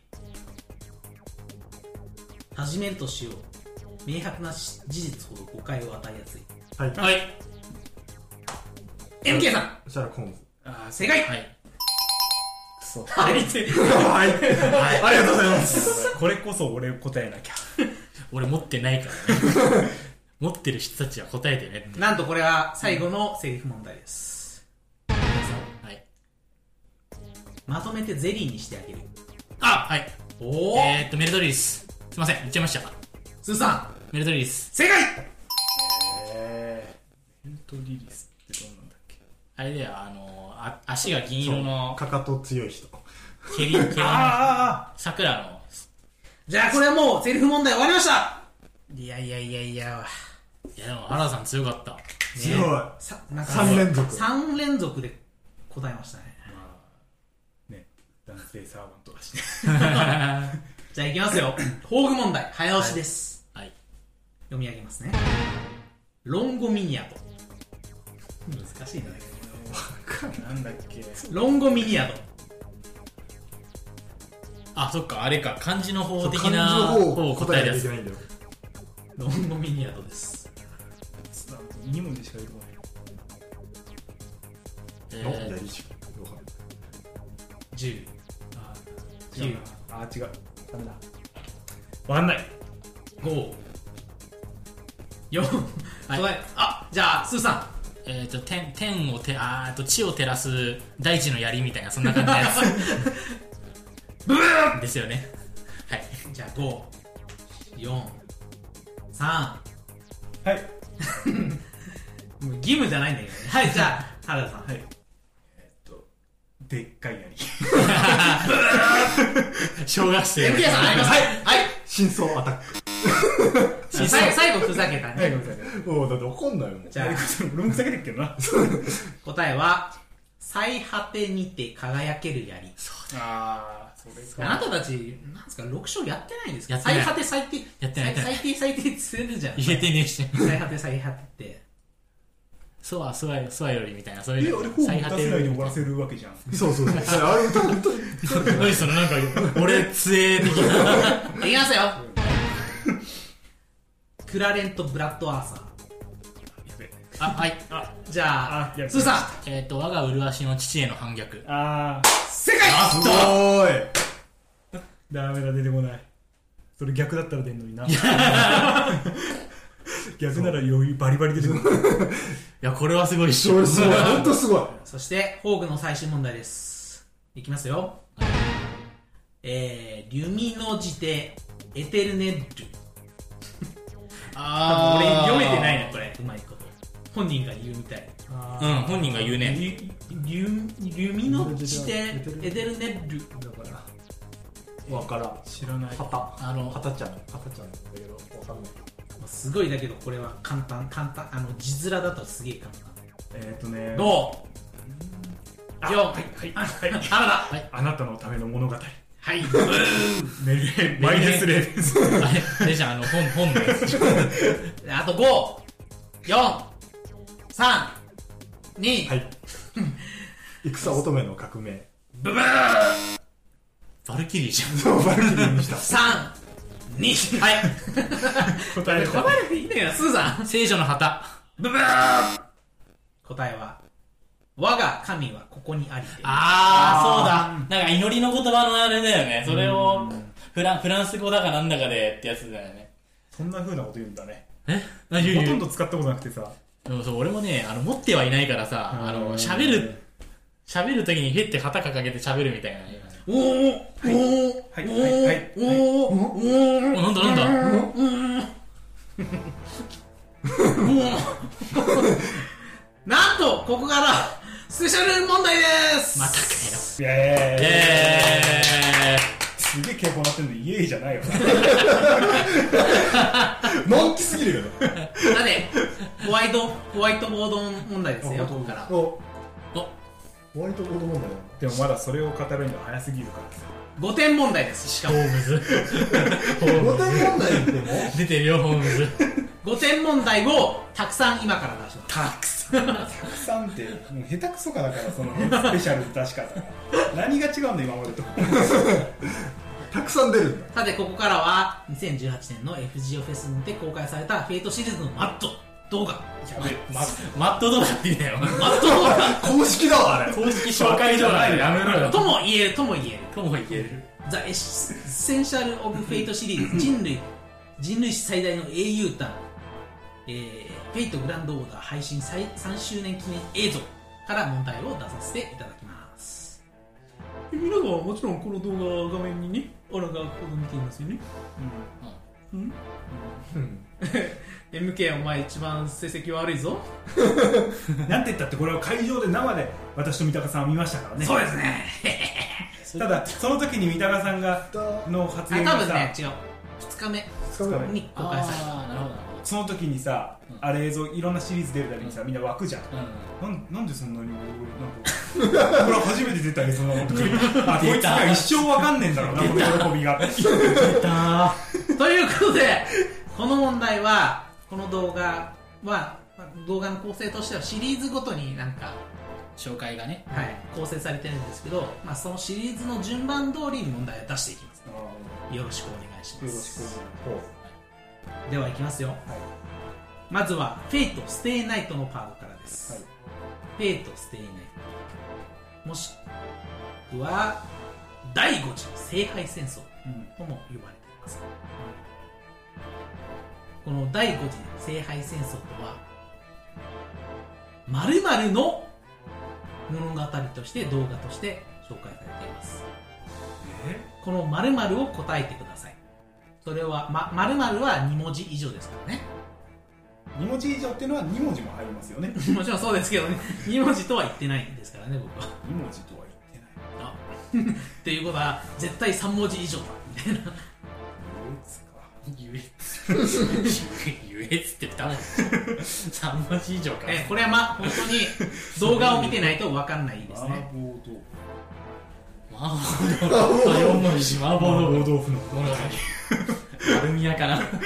始めるとしよう。明白な事実ほど誤解を与えやすい。 はい。 はい。 エムケー さんシャーロック・ホームズ。 あ正解。 はい。 クソはいってはい。ありがとうございます。 これこそ俺答えなきゃ俺持ってないからね。持ってる人たちは答えてね。 なんとこれは最後のセリフ問題です。 はい。 まとめてゼリーにしてあげる。 あ、はい。 おお、 えーっと、メルトリリス。すいません、言っちゃいました。 スーさんメルトリリス。 正解。 えーエントリリスってどんなんだっけあれだよ、あの、あ足が銀色のかかと強い人。 蹴り、蹴りの、 あ桜の。 じゃあこれはもうセリフ問題終わりました。 いやいやいやいや。いやでも、原田さん強かった。 強い。 さなんか三連続さん連続で答えましたね。 まあね男性サーバントだしねじゃあいきますよ。宝具問題早押しです、 はい。 読み上げますね。ロンゴミニアト。難しいんじゃないかなんだっけロンゴミニアト。 あ、そっか、あれか、漢字の方的漢字なの方方をを答え答えるやつ。 ないといけないんだよ。 ロンゴミニアトです。 に文字しか出てこないのえーやりしわかんないじゅう、 あきゅう、 あ違うダメだわかんないご、よん、 はい答えあ、じゃあスーさえーっと、天、天をて、あーっと、地を照らす大地の槍みたいな、そんな感じのやつ。ブーですよね。はい。 ん。じゃあご、よん、さはいん、もう義務じゃないんだけどね。はい、じゃあ原田さん。 はいえっとでっかい槍小学生。 エムケー さんあります。はい、はい。 真相アタッ最最後ふざけたはいね。 ごめんなさいク。おお、だってわかんないもん。 じゃあ俺もふざけてるけどな答えは最果てにて輝ける槍。 ああそれあなたたちなんですかろく章やってないんですか。 やってない最果て最低やってないやってない最低最低ってするじゃん。 言えてねえし。 最果て最果てって。 そうは、そうは、そうはよりみたいな、そういうの。 え俺フォーム最果て出せないで終わらせるわけじゃんそうそうそう。あれ歌本当に。 何そのなんか、俺、杖え的な。 いきますよ。クラレント・ブラッド・アーサー。 やべあ、はい。 あじゃああやスーさんえっと、我が麗しの父への反逆。 あ正解。 すごーい。 ーダメだ出てこないそれ逆だったら出んのにな逆なら余裕バリバリ出てくるいや、これはすごいっしょ。 それすごい。本当すごい。 そして宝具の最終問題です。いきますよ。えー、リュミノジテ・エテルネッル。 あ俺読めてないね。 なこれうまいこと本人が言うみたい。 うん、本人が言うね。 リュリュリュミノジテ・エテルネッル。 だからわからん。 知らないはたあの、 はたちゃんはたちゃんなんだけどわかんない。 すごいだけどこれは簡単簡単あの字面だとすげえ簡単。 えっとねご、 あよんはいはいはい原田はいあなたのための物語はいブーメルマイナスゼロです。 あれあれじゃん、あの本本のやつあとご、よん、さん、に、 はい戦乙女の革命ブブーバルキリーじゃん。 そうバルキリーにしたさん、に、はい答えた答えなくていいんだよ、スーさん聖女の旗。 ブブー答えは我が神はここにありで。 あー、そうだ。なんか祈りの言葉のあれだよね。それをフラン、フランス語だかなんだかでってやつだよね。 そんな風なこと言うんだね。 えあ、言うほと言う。 んど使ったことなくてさ。 でもそう、俺もね、あの、持ってはいないからさ、あの、喋る、喋るときにへって旗掲げて喋るみたいな。 おーおーおーはいはいはいおーおーお、なんだなんだなんとここからスペシャル問題ですまたかよ。 イエーイえすげえ稽古なってんのイエーイじゃないよのんきすぎるよねさてホワイトホワイトボード問題ですよここからおー。お、 ホワイトボード問題だでもまだそれを語るには早すぎるからさ。 ごてん問題ですしかもホームズ。 ごてん問題でも出てるよ、ホームズ。 ごてん問題をたくさん今から出しますたくさんたくさんってもう下手くそかだからそのスペシャルの出し方が何が違うんだ今までとたくさん出るんださてここからはにせんじゅうはちねんの エフジーオ フェスにて公開されたフェイトシリーズのマット動画やべえまずマット動画って言うんだよ。 マット動画公式だわあれ公式紹介動画やめろよ。 とも言えるとも言えるとも言える。 ザ・エッセンシャル・オブ・フェイトシリーズ人類人類史最大の英雄譚、えー、フェイトグランドオーダー配信さんしゅうねん記念映像から問題を出させていただきます皆さんはもちろんこの動画画面にねオラがここ見ていますよねうんうんうんエムケー お前一番成績悪いぞなんて言ったってこれは会場で生で私と三鷹さんは見ましたからねそうですねただその時に三鷹さんがの発あ多言がさ、 分ね違うふつかめつかめないに公開されたあー、なるほど。 その時にさ、あれ映像いろんなシリーズ出るたびにさみんな湧くじゃん、 うん。 なんなんでそんなに俺なんかこれは初めて出た映像なのとかあこいつが一生わかんねえんだろうなこの喜びが出たということでこの問題はこの動画は動画の構成としてはシリーズごとになんか、 紹介がね。 はい、構成されてるんですけど、まあ、そのシリーズの順番通りに問題を出していきますよろしくお願いしまよろしすくではいきますよ、まずはフェイトステイナイトのパートからです、 はいフェイトステイナイトもしくは第五次聖杯戦争うんとも呼ばれています、この第五次聖杯戦争とは〇〇の物語として動画として紹介されています。この〇〇を答えてください。それは、ま、〇〇はに文字以上ですからね。 に文字以上っていうのはに文字も入りますよねもちろんそうですけどね、に文字とは言ってないんですからね、僕は。 に文字とは言ってないあっていうことは絶対さん文字以上だみたいな。 言え言えっつってたさん文字以上か。 えこれはまあ本当に動画を見てないと分かんないですね。 麻婆豆腐。よん文字麻婆豆腐。 豆腐の物語。アルミヤかな。 じゃあ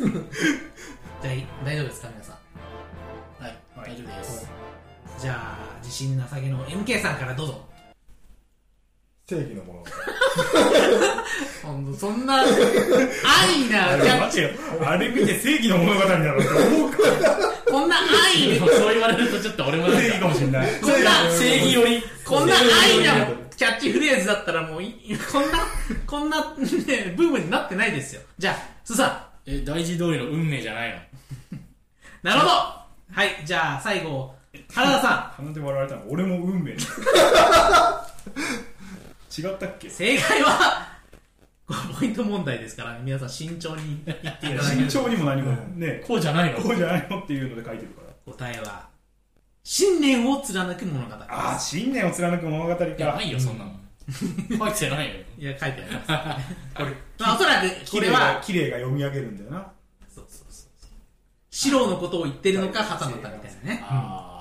大丈夫ですか皆さん。 はい、大丈夫です。 じゃあ自信なさげの エムケー さんからどうぞ。 正義のものほんとそんな安易なあれ待てよあれ見て正義の物語だろうって思うからこんな安易でもそう言われるとちょっと俺もなんか正義かもしれないこんな正義寄り。 こんな安易な正義寄キャッチフレーズだったらもういこんなこんな、ね、ブームになってないですよ。じゃあスーさりえ、大事通りの運命じゃないの。 んなるほど。はいじゃあ最後原田さ鼻で笑われたの俺も運命違ったっけん正解はごポイント問題ですから、ね、皆さん慎重に言っていただける慎重にも何もねこうじゃないの。 こうじゃないのっていうので書いてるから答えは信念を貫く物語です。 ああ信念を貫く物語かいや、ないよ、そんなの。書いてないよ。 いや書いてありますこれまあおそらくこ綺麗がれは綺麗が読み上げるんだよなそうそうそうそう四郎のことを言ってるのかはたまたみたいなね。 あ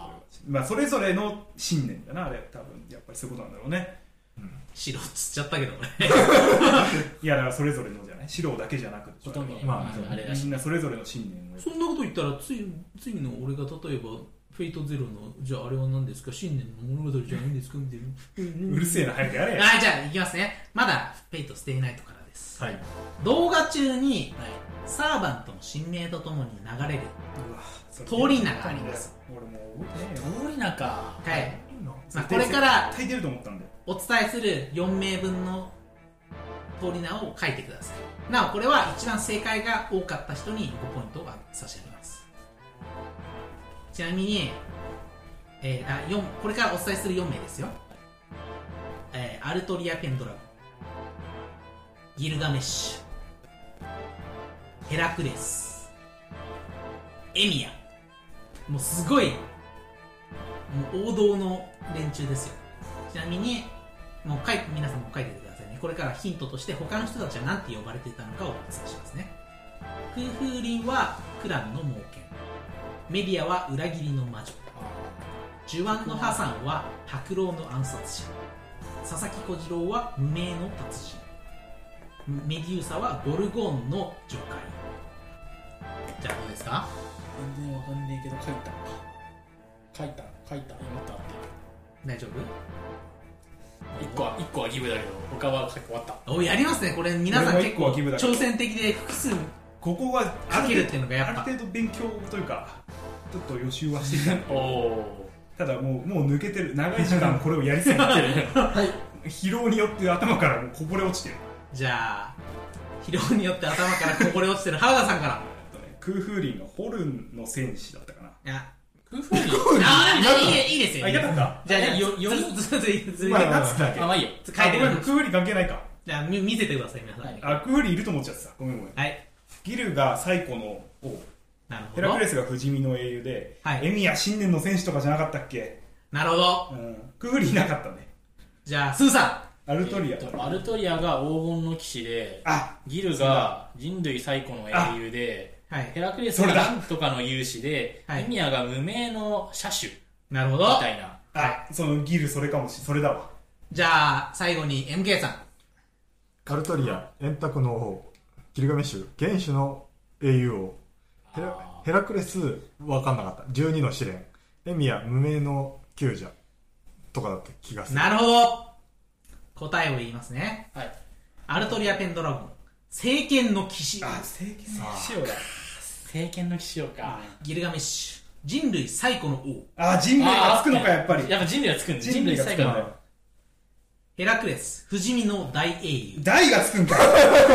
まあそれぞれの信念だなあれ多分やっぱりそういうことなんだろうね、 うん、白つっちゃったけどねいやだからそれぞれのじゃない白だけじゃなくてまあ、あれみんなそれぞれの信念をそんなこと言ったらつい次の俺が例えばフェイトゼロのじゃああれは何ですか信念の物語じゃないんですかみたいなうるせえな早くやれあじゃあいきますねまだフェイトステイナイトからです、はい、動画中に、はい、サーバントの神明とともに流れる通り名があります。 俺もう通り名かはい、まあ、これから絶対出ると思ったんでお伝えするよん名分の通り名を書いてください。なおこれは一番正解が多かった人にごポイントを差し上げます。ちなみに、えー、あよんこれからお伝えするよん名ですよ、えー、アルトリア・ペンドラゴン、ギルガメッシュ、ヘラクレス、エミア、もうすごいもう王道の連中ですよ。ちなみにもう書い皆さんも書いててくださいね。これからヒントとして他の人たちは何て呼ばれていたのかをお伝えしますね。空風林はクランの猛犬、メディアは裏切りの魔女、ジュワンのハサンは白狼の暗殺者、佐々木小次郎は無名の達人、メデューサはゴルゴーンの女怪。じゃあどうですか？ 全然わかんねえけど書いた書いた書いた今ってあって大丈夫？ いっこは、いっこはギブだけど他は終わった。 おやりますねこれ皆さん結構挑戦的で複数ここが書けるっていうのがやっぱある程度勉強というかちょっと予習はしてきたんだけどただもう、もう抜けてる長い時間これをやりすぎてはい疲労によって頭からもうこぼれ落ちてる。 じゃあ疲労によって頭からこぼれ落ちてる原田さんから空風林がホルンの戦士だったかな。 いや空風林ああいいですよ。 あいなかったじゃあよよにずつずつまあ何つったっけ。 あまあいいよ書いてください。 空風林関係ないか。 じゃあ見見せてください皆さん。 あ空風林いると思っちゃってた。ごめんごめん。 はいギルが最古の王、 なるほど。 ヘラクレスが不死身の英雄で、はい、エミヤ新年の戦士とかじゃなかったっけ。 なるほど、 うん、クーリーいなかったね。 じゃあスーさんアルトリア、 えー、アルトリアが黄金の騎士であギルが人類最古の英雄で、はい、ヘラクレスがなんとかの勇士で、はい、エミヤが無名の車種なるほどみたいな。 あ、はい、そのギルそれかもしれそれだわ。 じゃあ最後に エムケー さん。 アルトリア円卓の王、ギルガメッシュ原種の英雄王、ヘラ、ヘラクレス分かんなかったじゅうにの試練、エミヤ無名の救助とかだった気がする。 なるほど。答えを言いますね、はい、アルトリア・ペンドラゴン聖剣の騎士。 あ、聖剣の騎士王だ。 聖剣の騎士王か。 ギルガメッシュ人類最古の王。 あ、人類がつくのか。やっぱりやっぱ人類がつくんだ。 人類最古の王。 ヘラクレス不死身の大英雄。 大がつくんか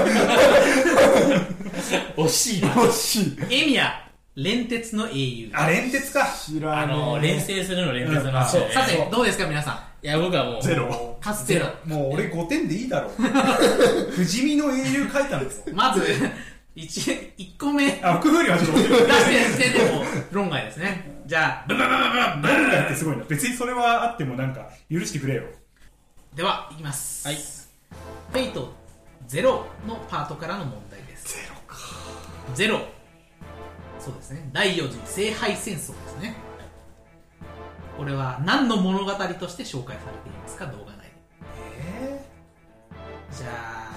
惜しいな。 惜しい。 エミヤ連鉄の英雄。 あ、連鉄か。 知らねえ。 あの連成するの連鉄の話、 うん、さてどうですか皆さん。 いや僕はもうゼロ。 かつゼロ。 もう俺ごてんでいいだろう不死身の英雄書いたんですよ。 まず 1, 1個目あ、クフリはちょっと出してでも論外ですね。じゃあブブブブブブ論外ってすごいな。別にそれはあってもなんか許してくれよ。 ではいきます。 はい。 フェイトゼロのパートからの問題です。 ゼロか。 ゼロ。そうですね。第四次聖杯戦争ですね。これは何の物語として紹介されていますか、動画内で。 えー、じゃあ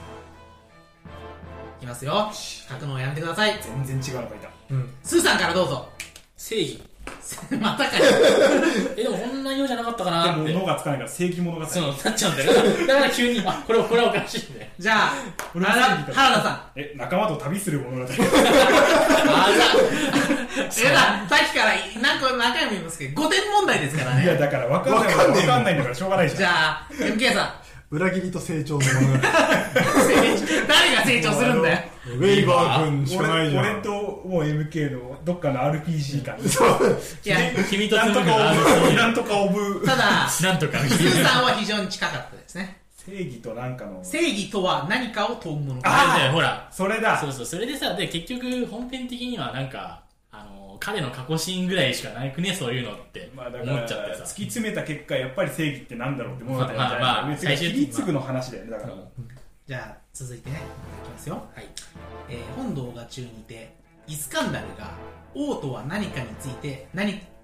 いきますよ。書くのをやめてください。 全然違うの書いた。 うん。スーさんからどうぞ。 正義またかよえでもこんなようじゃなかったかなって。 でも脳がつかないから正義物語。 そうなっちゃうんだよ。だから急にあこれこれはおかしいんだよ。 じゃあ原田さん。 え仲間と旅する物語。あざ。えださっきから何個何回も言いますけどごてん問題ですからね。 いやだから分かんない分かんないんだからしょうがないじゃん。 じゃあ エムケー さん。 裏切りと成長の物語。 誰が成長するんだよ。 ウェイバー君しかないじゃん。 俺ともう エムケー のどっかの アールピージー か。 いや君となんとかオブなんとかオブ。 ただなんとかスーさんは非常に近かったですね。 正義となんかの正義とは何かを問うもの。 ああほらそれだ。 そうそうそれでさで結局本編的にはなんかあの彼の過去シーンぐらいしかないくねそういうのって思っちゃってさ。 突き詰めた結果やっぱり正義ってなんだろうって物語なんじゃない。 まあまあ最終的に切り継ぐの話だよねだから。 じゃあ続いてねいきますよ。 はい。 えー、本動画中にてイスカンダルが王とは何かについて何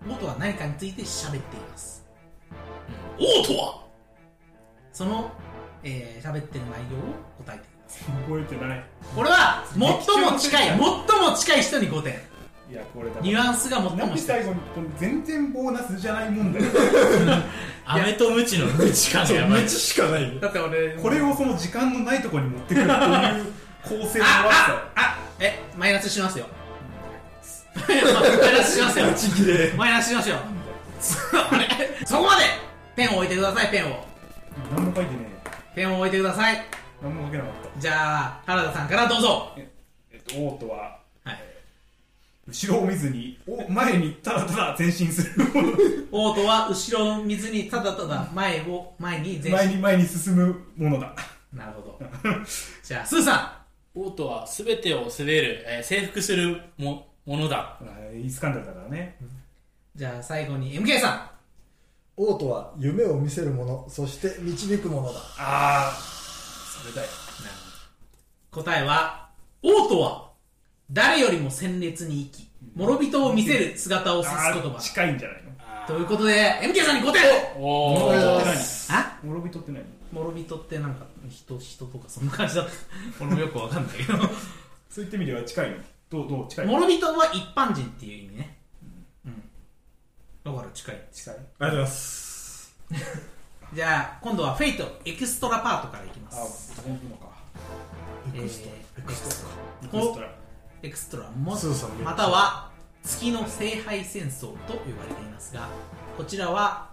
王とは何かについて喋っています、うん、王とはそのえー、喋ってる内容を答えてください。 覚えてない。 これは最も近い最も近い人にごてん。 いやこれだニュアンスが最も近い。 最後に全然ボーナスじゃないもんだよ。 飴とムチのムチ感がやばい。 ムチしかない。 だって俺これをその時間のないところに持ってくるっていう構成の悪さ。 ああえマイナスしますよ。マイナスしますよ。マイナスしますよ。あれそこまでペンを置いてください。ペンを何も書いてねえ。 ペンを置いてください。 何も書けなかった。 じゃあ原田さんからどうぞ。 え、えっと王とは、 はい、 後ろを見ずに前にただただ前進する王とは後ろを見ずにただただ前を前に前進前に前に進むものだ。 なるほど。じゃあスーさん王とは全てを滑る、えー、征服するもものだ。 イスカンダルだからね、うん、 じゃあ最後に エムケー さん王とは夢を見せるもの、そして導くものだ。 ああそれだよ。 答えは王とは誰よりも鮮烈に生き諸人を見せる姿を指す言葉。 近いんじゃないのということで エムケー さんにごてん。 おお諸人って何？ あ諸人って何？ 諸人ってなんか人人とかそんな感じだった俺もよくわかんないけどそういった意味では近いの。どうどう近いの？ 諸人は一般人っていう意味ね、うんうん、だから近い近い。ありがとうございますじゃあ今度はフェイトエクストラパートからいきます。 あそこに行くのか。 エクストラ、 エクストラエクストラエクストラもスーさんまたは月の聖杯戦争と呼ばれていますが、こちらは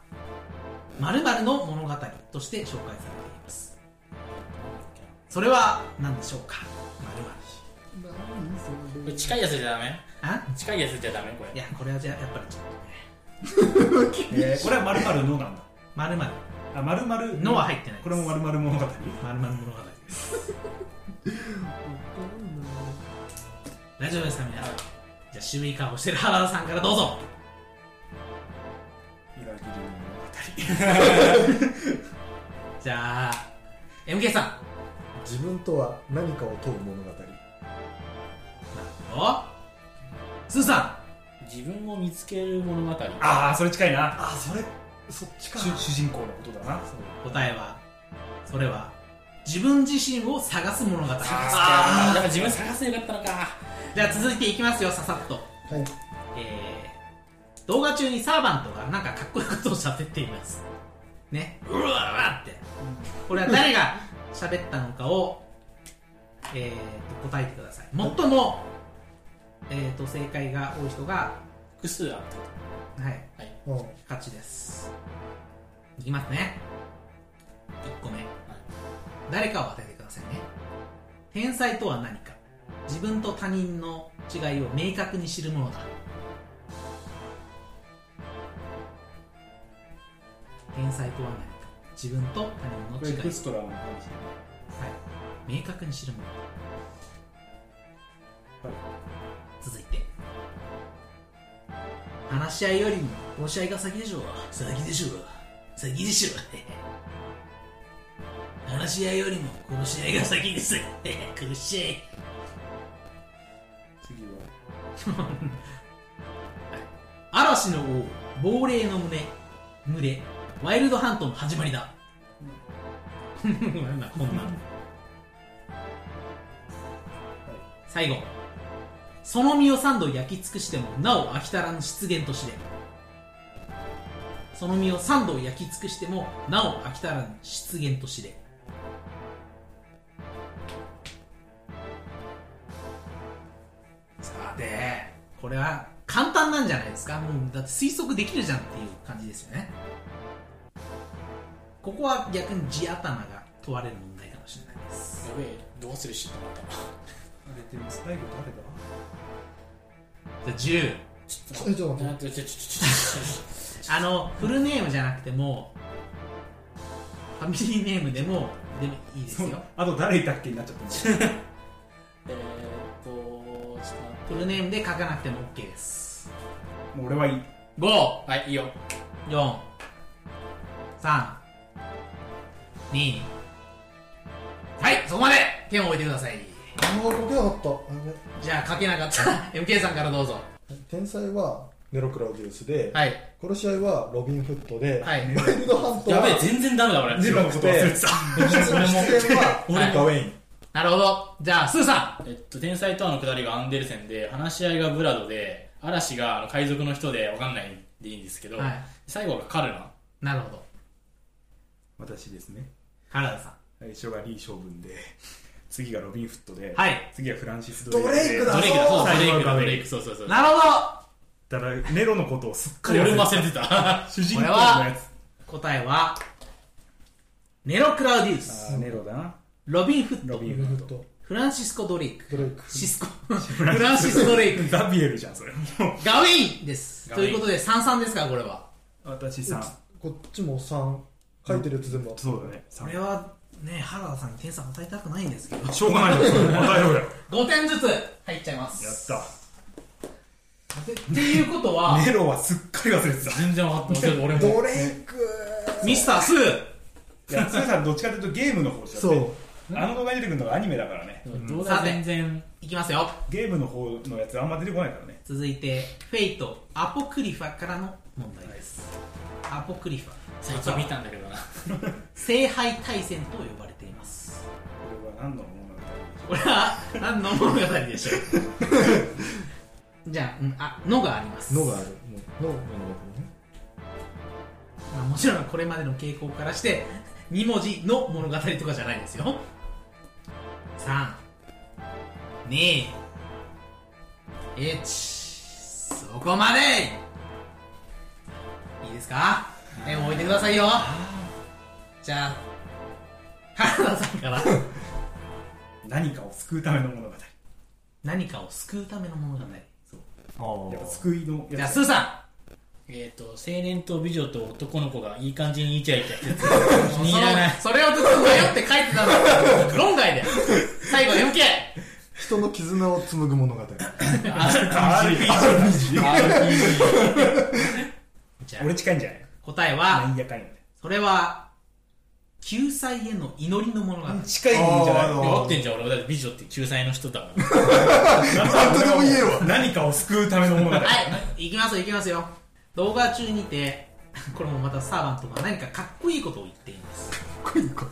〇〇の物語として紹介されています。それは何でしょうか。〇 〇これ近いやつじゃダメ？ あ近いやつじゃダメこれ。 いやこれはじゃあやっぱりちょっとねえー、これは〇〇のなんだ。 〇〇 あ〇〇 のは入ってないです。 これも〇〇物語。 〇〇物語です大丈夫ですか皆さん。じゃあ守備カーをしてる原田さんからどうぞ。 裏切り物語じゃあ エムケー さん。 自分とは何かを問う物語。なるほど。スーさん。自分を見つける物語。 ああそれ近いな。 あそれそっちか。 主人公のことだな。 答えはそれは自分自身を探す物語。 探すか。だから自分探すよかったのか。 じゃあ続いていきますよささっと。はい。えー、動画中にサーバントがなんかかっこいいことを喋っていますね。うわーって、これは誰が喋ったのかをえーと答えてください。最も、えーと正解が多い人が複数あったはい、はい、勝ちです。いきますね。いっこめ、はい、誰かを当ててくださいね。天才とは何か、自分と他人の違いを明確に知るものだ。天才とは何か、自分と他人の違いを、 エクストラの話、はい、 明確に知るものだ、はい、続いて話し合いよりも殺し合いが先でしょう。先でしょう先でしょう話し合いよりも殺し合いが先です殺し合い。次は嵐の王、亡霊の胸群れ、ワイルドハントの始まりだ。こんなこんな最後、その身を三度焼き尽くしてもなお飽き足らぬ失言としで。その身を三度焼き尽くしてもなお飽き足らぬ失言としで。さてこれは簡単なんじゃないですか。もうだって推測できるじゃんっていう感じですよね。ここは逆に地頭が問われる問題かもしれないです。 やべえ、どうするしと思ったな。 あれって最後誰だ。 じゃあじゅう。 ちょっと待って。 あのフルネームじゃなくてもファミリーネームでもでもいいですよ。 あと誰いたっけになっちゃったんです。 えっとちょっと待って、フルネームで書かなくても OK です。 もう俺はいい。 ご、 はいいいよ。 よん、さん、に、はい、そこまでペンを置いてください。 ああ書けなかった。 じゃあ書けなかったエムケー さんからどうぞ。 天才はネロ・クラウディウスで、 はい、 殺し合いはロビン・フットで、 はい、 ワイルドハントはやべえ全然ダメだ俺ネロのこと忘れてた出演は俺ガウェイン。 なるほど。じゃあスーさん、えっと、天才とはの下りがアンデルセンで、話し合いがブラドで、嵐があの海賊の人でわかんないでいいんですけど、はい、最後がカルナ。 なるほど。 私ですね。 原田さん。 最初がリー将軍で、次がロビン・フットで、 はい、 次はフランシス・ドレイクだ。 ドレイクだ。そう、ドレイクだ。ドレイク。そうそうそう。 なるほど。 だからネロのことをすっかり俺も忘れてた。 主人公のやつ。 答えはネロ・クラウディウス。 あ、ネロだな。 ロビン・フット。 ロビン・フット。 フランシスコ・ドレイク。 ドレイク。 シスコ。フランシス・ドレイク。 ザビエルじゃんそれ。 ガウェインです。ということでさんたいさんですかこれは。 私さん。 こっちもさん。書いてるやつ全部。 そうだね。 これはね、原田さんに点数与えたくないんですけど。 しょうがないよ。与えろよ。 ごてんずつ入っちゃいます。 やった。 っていうことはネロはすっかり忘れてた。 全然分かって俺も。 ドレイク。 ミスタースー。 いや、スーさんどっちかというとゲームの方じゃん。 そう。 あの動画に出てくるのがアニメだからね。 動画全然いきますよ。 ゲームの方のやつあんま出てこないからね。 続いてフェイトアポクリファからの問題です。アポクリファ最近見たんだけどな。 聖杯大戦と呼ばれています。 これは何の物語？ これは何の物語でしょう。じゃあ、うん、あ、のがあります。 のがある。の、の、の、 まあ、もちろんこれまでの傾向からしてに文字の物語とかじゃないですよ。さん、に、いち、そこまで。いいですか？ペンを置いてくださいよ。じゃあ原田さんから何かを救うための物語。 何かを救うための物語。 そう。やっぱ救いのやつ。 じゃあスーさん、えっと青年と美女と男の子がいい感じにイチャイチャして気に入らない。それをずっと迷って書いてたんだ。論外で最後 よんケー。 人の絆を紡ぐ物語。アールピージー。 アールピージー。 じゃあ俺近いんじゃない？ 答えはなんやかんやで。 それは救済への祈りの物語。 近いんじゃない？ 合ってんじゃん。俺だって美女って救済の人だから。 何とでも言えるわ。 何かを救うための物語。 はい、いきますよいきますよ。動画中にてこれもまたサーバントが何かかっこいいことを言っています。 かっこいいこと。はい。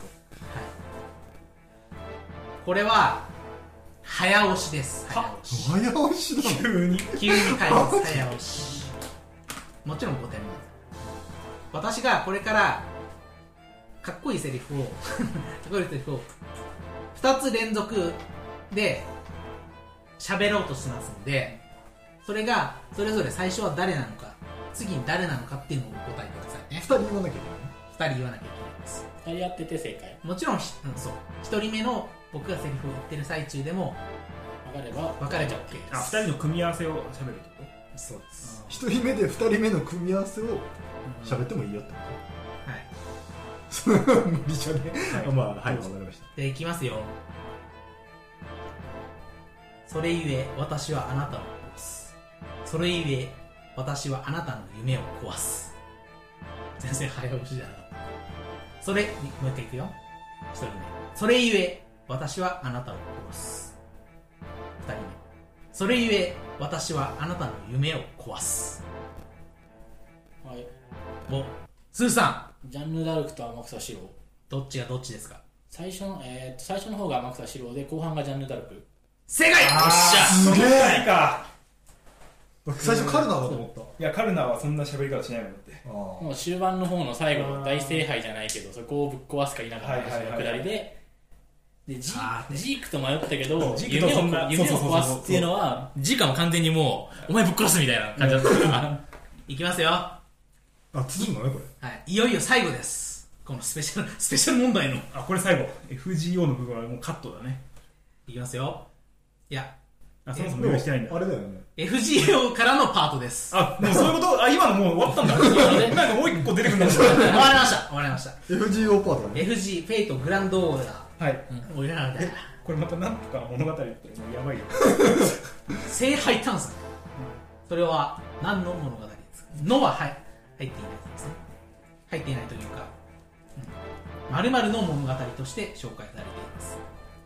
これは早押しです。早押し。 早押しだ。 急に急に書いてます。早押し。もちろんごてんめ。私がこれからかっこいいセリフをかっこいいセリフをふたつ連続で喋ろうとしますので、それがそれぞれ最初は誰なのか次に誰なのかっていうのをお答えくださいね。 ふたり言わなきゃいけない。 ふたり言わなきゃいけないです。 ふたりやってて正解。 もちろん、うん、そうひとりめの僕がセリフを言ってる最中でも分かれば分かれちゃう OK です。 あ、ふたりの組み合わせを喋るってこと？ そうです。 ひとりめでふたりめの組み合わせを喋ってもいいよってこはいと？無理じゃね。 はい、 まあはい、わかりました。 でいきますよ。それゆえ私はあなたを壊す。それゆえ私はあなたの夢を壊す。全然早押しじゃなかった。それもう一回いくよ。一人目。それゆえ私はあなたを殺す。二人目。それゆえ私はあなたの夢を壊す。 はい。 お、スーさん。ジャンヌ・ダルクと天草四郎。 どっちがどっちですか？ 最初の、えー、と最初の方が天草四郎で後半がジャンヌ・ダルク。 正解。よっしゃ。 すげえか。 最初カルナだと思った。 いや、カルナはそんな喋り方しないもんだって。 もう終盤の方の最後の大聖杯じゃないけどそこをぶっ壊すか否かの話のくだりで、でジークと迷ったけど夢を壊すっていうのはジークは完全にもうお前ぶっ殺すみたいな感じだったからいきますよ。 あ、続くのねこれ。 はい、いよいよ最後です。このスペシャルスペシャル問題の。 あ、これ最後 エフジーオー の部分はもうカットだね。 いきますよ。いや、 あ、そもそも用意してないんだ。 あれだよね。 エフジーオー からのパートです。 あ、もうそういうこと？あ、今のもう終わったんだ。なんかもう一個出てくるんだ。終わりました。終わりました。 エフジーオー パートだね。 エフジー フェイトグランドオーダー。 はい。 おいらなんだ。 これまたなんとか物語ってもうやばいよ。 聖杯探索。それは何の物語ですか？のは入っていないですね。入っていないというか、まるまるの物語として紹介されています。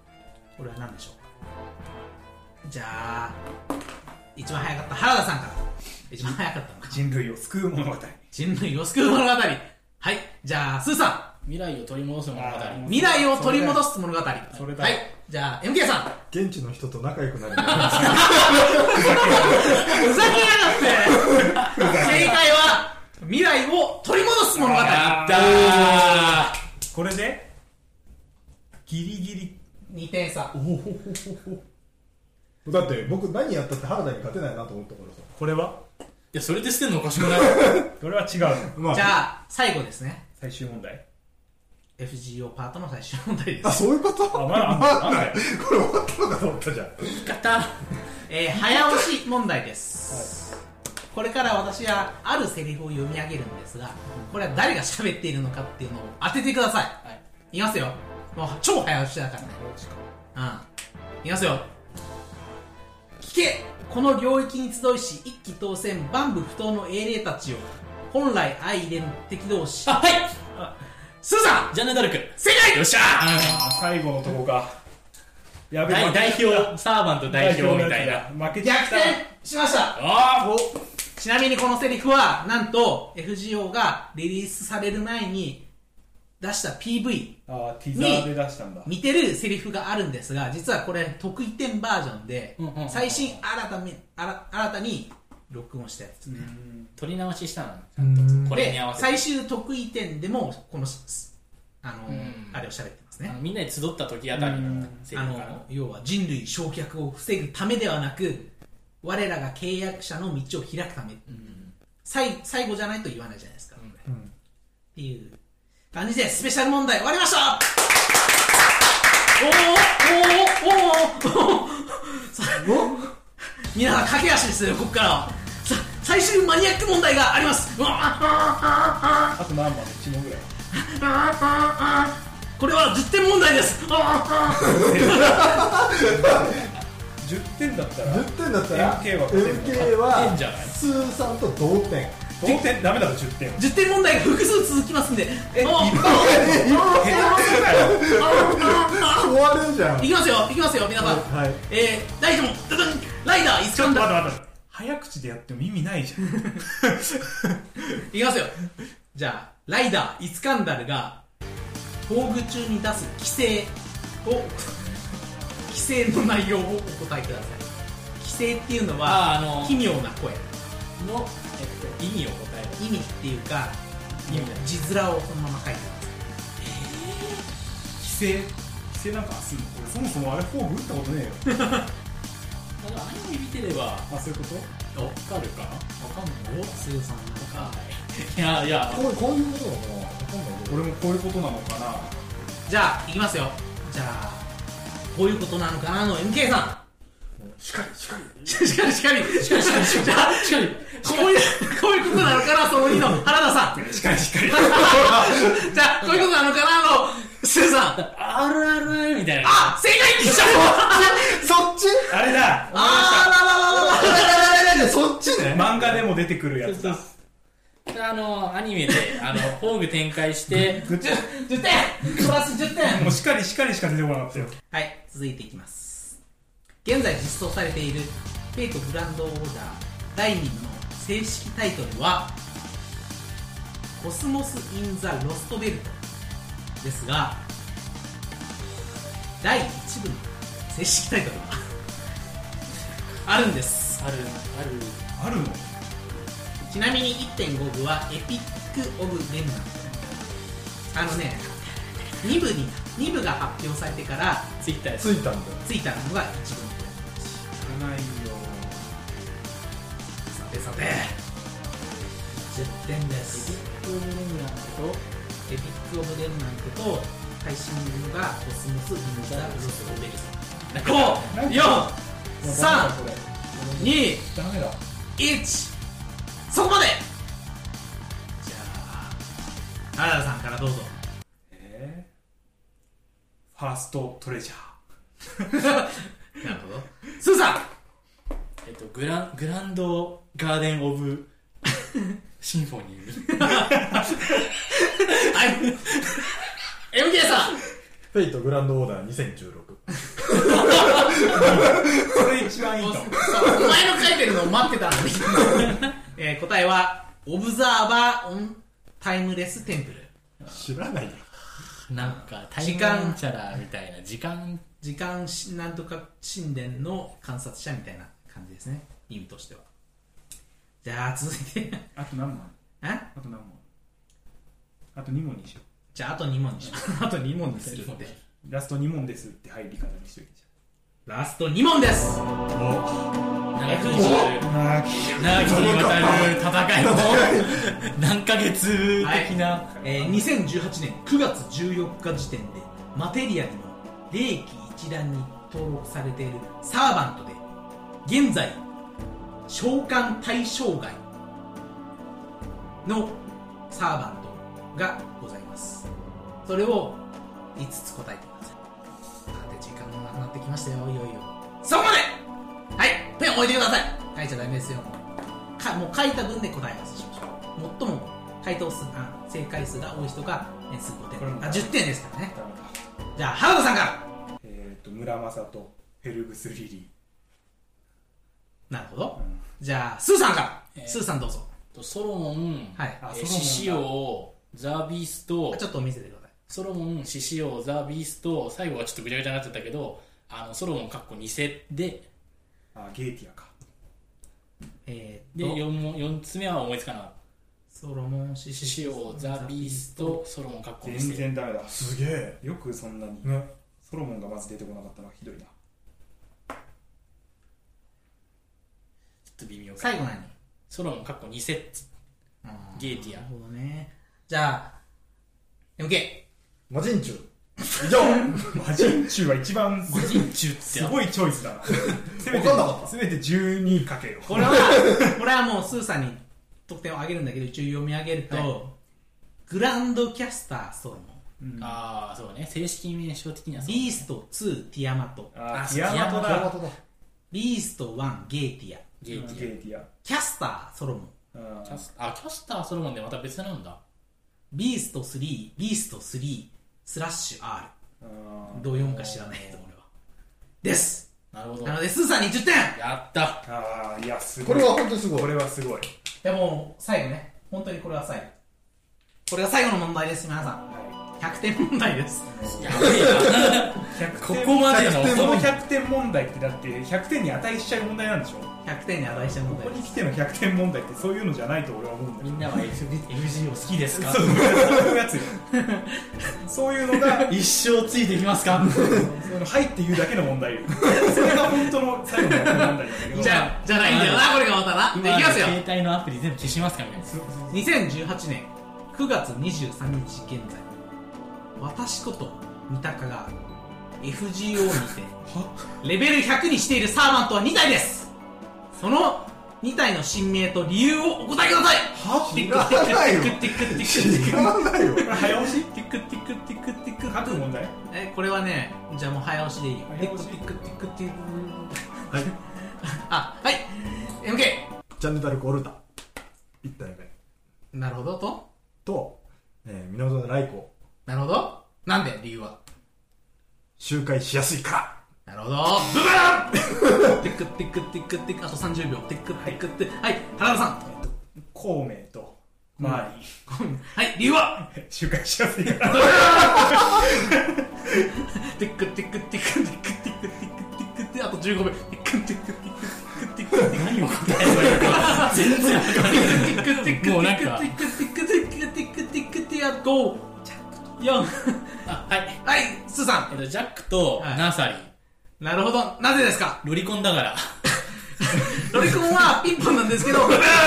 これは何でしょうか？じゃあ一番早かった原田さんから。 一番早かったのか。 人類を救う物語。 人類を救う物語。はい。じゃあ、スーさん。 未来を取り戻す物語。 未来を取り戻す物語。 それだ。 はい。じゃあ、エムケー さん。 現地の人と仲良くなる。 ふざけやがって。正解は、未来を取り戻す物語。 やったー。 これで、ギリギリ。 にてん差。 だって僕何やったって原田に勝てないなと思ったからさ。 これはいや、それで捨てるのおかしくない？ これは違う。 まあ、 じゃあ、最後ですね。 最終問題。 エフジーオー パートの最終問題です。 あ、そういうこと？ あ、まだあんまのだこれ終わったのかと思ったじゃん。 言い方。 えー、早押し問題です、はい、これから私はあるセリフを読み上げるんですが、これは誰が喋っているのかっていうのを当ててください。はい、いきますよ。もう超早押しだからね。うん。いきますよ。聞け、この領域に集いし一騎当選万武不当の英霊たちを、本来相入れぬ敵同士。 あ、はい。 スーさん、 ジャンヌ・ダルク。 正解。 よっしゃー。 あ、最後のとこか。やべえ。 代表、サーバント代表みたいな。 負けちゃった。逆転しました。 あー。 ちなみにこのセリフは、なんと エフジーオー がリリースされる前に出した ピーブイあ、ティザーで出したんだ。 似てるセリフがあるんですが、実はこれ得意点バージョンで、最新新たに新たに録音したやつですね。 取り直ししたのちゃんとこれに合わせて。 最終得意点でもこのあのあれを喋ってますね。 みんなで集った時あたりのセリフかな。 あの要は人類焼却を防ぐためではなく、我らが契約者の道を開くため、うん、最, 最後じゃないと言わないじゃないですか、うん、っていう感じでスペシャル問題終わりました。おーおーおーおーおー皆さん駆け足ですよ。ここからはさ最終マニアック問題があります。 あと何問？いち問ぐらい。 これはじゅってん問題です。 じゅってんだったらじゅってんだったらエムケー はエムケー はスーさんと同点。 同点ダメだろ。じゅってんじゅってん問題が複数続きますんで、え、いっぱい終わるじゃん。 いきますよ、いきますよ、皆さん。 はい。 えー、第一問、ライダーイスカンダル。 待って待って、早口でやっても意味ないじゃん。 いきますよ。じゃあ、ライダーイスカンダルが宝具中に出す規制を規制の内容をお答えください。規制っていうのは、あのー、奇妙な声の、えっと、意味を答える。意味っていうか、字面をそのまま書いてください。 規制規制なんかするの？俺そもそもあれフォーム打ったことねえよ。 だからアニメ見てれば、 あ、そういうこと？ わかるかな？わかんない。 お、スーさんなんか。 いやいや、 こうこういうことなのかな？わかんないけど。 俺もこういうことなのかな。 じゃあいきますよ。じゃあこういうことなのかなの エムケー さん。 しかりしかりしかりしかりしかりしかりしかりじゃあしかりこういうこういうことなのかなそのにの原田さん。 しかりしかり。 じゃあこういうことなのかなのスーさん。 あるあるあるみたいな。 あ、正解でしょ。 そっち？ あれだ。 あらららららら。 そっちね。 漫画でも出てくるやつだ。 あのアニメであのフォーグ展開してじゅってんプラスじゅってん。 もうしかりしかりしか出てこなかったよ。 はい、続いていきます。現在実装されているフェイトグランドオーダーだいに部の正式タイトルはコスモス・イン・ザ・ロストベルトですが、だいいち部の正式タイトルはあるんです。 あるあるあるの。 ちなみに いってんご 部はエピック・オブ・レムナント。あのね、に部にに部が発表されてからツイッターついたんだよ。 ついたのがいち部の。 知らないよ。 さてさてじゅってんです。 エピック・オブ・レムナントとエピック・オブ・レムナントと配信部がコスモス・イン・ザ・ロストベルト。ご、よん、さん、に、 ダメだ。 いち、そこまで。じゃあ原田さんからどうぞ。 えー、ファーストトレジャー。なるほど。スーさん。 えっとグラングランドガーデンオブシンフォニー。 はい。エムケー さん。 フェイトグランドオーダーにせんじゅうろく。 それ一番いいと思う。 お前の書いてるのを待ってたんで、えー、答えはオブザーバーオンタイムレステンプル。 知らないよ。 なんかタイムなんちゃらみたいな時間時間なんとか神殿の観察者みたいな感じですね、意味としては。じゃあ続いてあと何問？ ああと何問？あとに問にしよう。 じゃああとに問にしよう。あとに問にするって。 ラストに問ですって入り方にしといて。 ラストに問です。 長きに長きにわたる戦いの何ヶ月的な、 はい、えー、にせんじゅうはちねんくがつじゅうよっか時点でマテリアにも霊気一覧に登録されているサーバントで現在召喚対象外のサーバントがございます。それをいつつ答えてください。さて時間がなくなってきましたよ。いよいよそこまで。はい、ペン置いてください。書いちゃダメですよ。かもう書いた分で答え合わせしましょう。最も回答数あ正解数が多い人が点数ごてん、あじゅってんですからね。じゃあ原田さんから。 えっと村正とフェルグスリリー。なるほど、うん、じゃあスーさんから、えー、スーさんどうぞ。 ソロモン、 はい、 獅子王、ザ・ビースト、 ちょっと見せてください。 ソロモン、獅子王、ザ・ビースト、最後はちょっとぐちゃぐちゃになっちゃったけど、あのソロモンかっこに世で、 あゲーティアか。 えー、で 4, よんつめは思いつかなかった。 ソロモン、獅子王、ザ・ビースト、ソロモンかっこに世。 全然ダメだ。 すげえ。 よくそんなに、ね、ソロモンがまず出てこなかったのはひどいな。 ちょっと微妙か。 最後何？ ソロモンかっこに世ゲーティア。 なるほどね。じゃあ エムケー魔人中以上。魔人中は一番魔人中ってすごいチョイスだな。せめて分かんなかった。 せめてじゅうにかけよ。 これはこれはもうスーさんに得点を上げるんだけど、一応読み上げると、はい、グランドキャスターソロモン、 うん、ああそうね、正式名称的にはそう、 ね、ビーストツーティアマト、 あティアマトだ。 ビーストワンゲーティア、 ゲーティア、 ゲーティア、 キャスターソロモン、 あキャスあキャスターソロモンでまた別なんだ。 ビーストスリー、ビーストスリースラッシュ R、 どう読むか知らないけど俺はです。 なるほど。 なのでスーさんにじゅってん。 やった。 ああいやすごい。 これは本当にすごい。 これはすごい。 でも最後ね、本当にこれは最後、これが最後の問題です。皆さん、はい、ひゃくてん問題です。 やべえな。ここまでのそのひゃくてん問題ってだってひゃくてんに値しちゃう問題なんでしょ。 ひゃくてんに値しちゃう問題。 ここに来てのひゃくてん問題ってそういうのじゃないと俺は思うんだよ。 みんなは エフジー を好きですか。 そういうやつよ。そういうのが一生ついていきますか。 そういうの入って言うだけの問題よ。それが本当の最後の問題なんだけど。 じゃじゃないんだよなこれがまたな。でいきますよ。 携帯のアプリ全部消しますからね。 にせんじゅうはちねんくがつにじゅうさんにち現在、私こと三鷹が エフジーオー にてレベルひゃくにしているサーバントはにたいです。そのにたいの神名と理由をお答えください。 は知らないよ。知らないよ。 早押しティクティクティクティク書く問題。 えこれはね、じゃあもう早押しでいいよ。ティクティクティクティク。はい。あはい。エムケージャンヌ・ダルク・オルタ一体目。 なるほどとと、えー、源頼光。 なるほど。なんで理由は？ 周回しやすいから。 なるほど。ブブーン。ティクティクティクティク。あとさんじゅうびょう。ティクティクティク。はい。原田さん。 えっと孔明と周り。 はい。理由は？ 周回しやすいから。 ティクティクティクティクティクティクティクティク。あとじゅうごびょう。ティクティクティクティクティク。 何を答えればいいのか全然わかんない。もうなんか。 ティクティクティクティクティクティクティク。ご、よん。 あはいはいスーさん。 えっとジャックとナーサリー。 なるほど。なぜですか？ ロリコンだから。 ロリコンはピンポンなんですけど。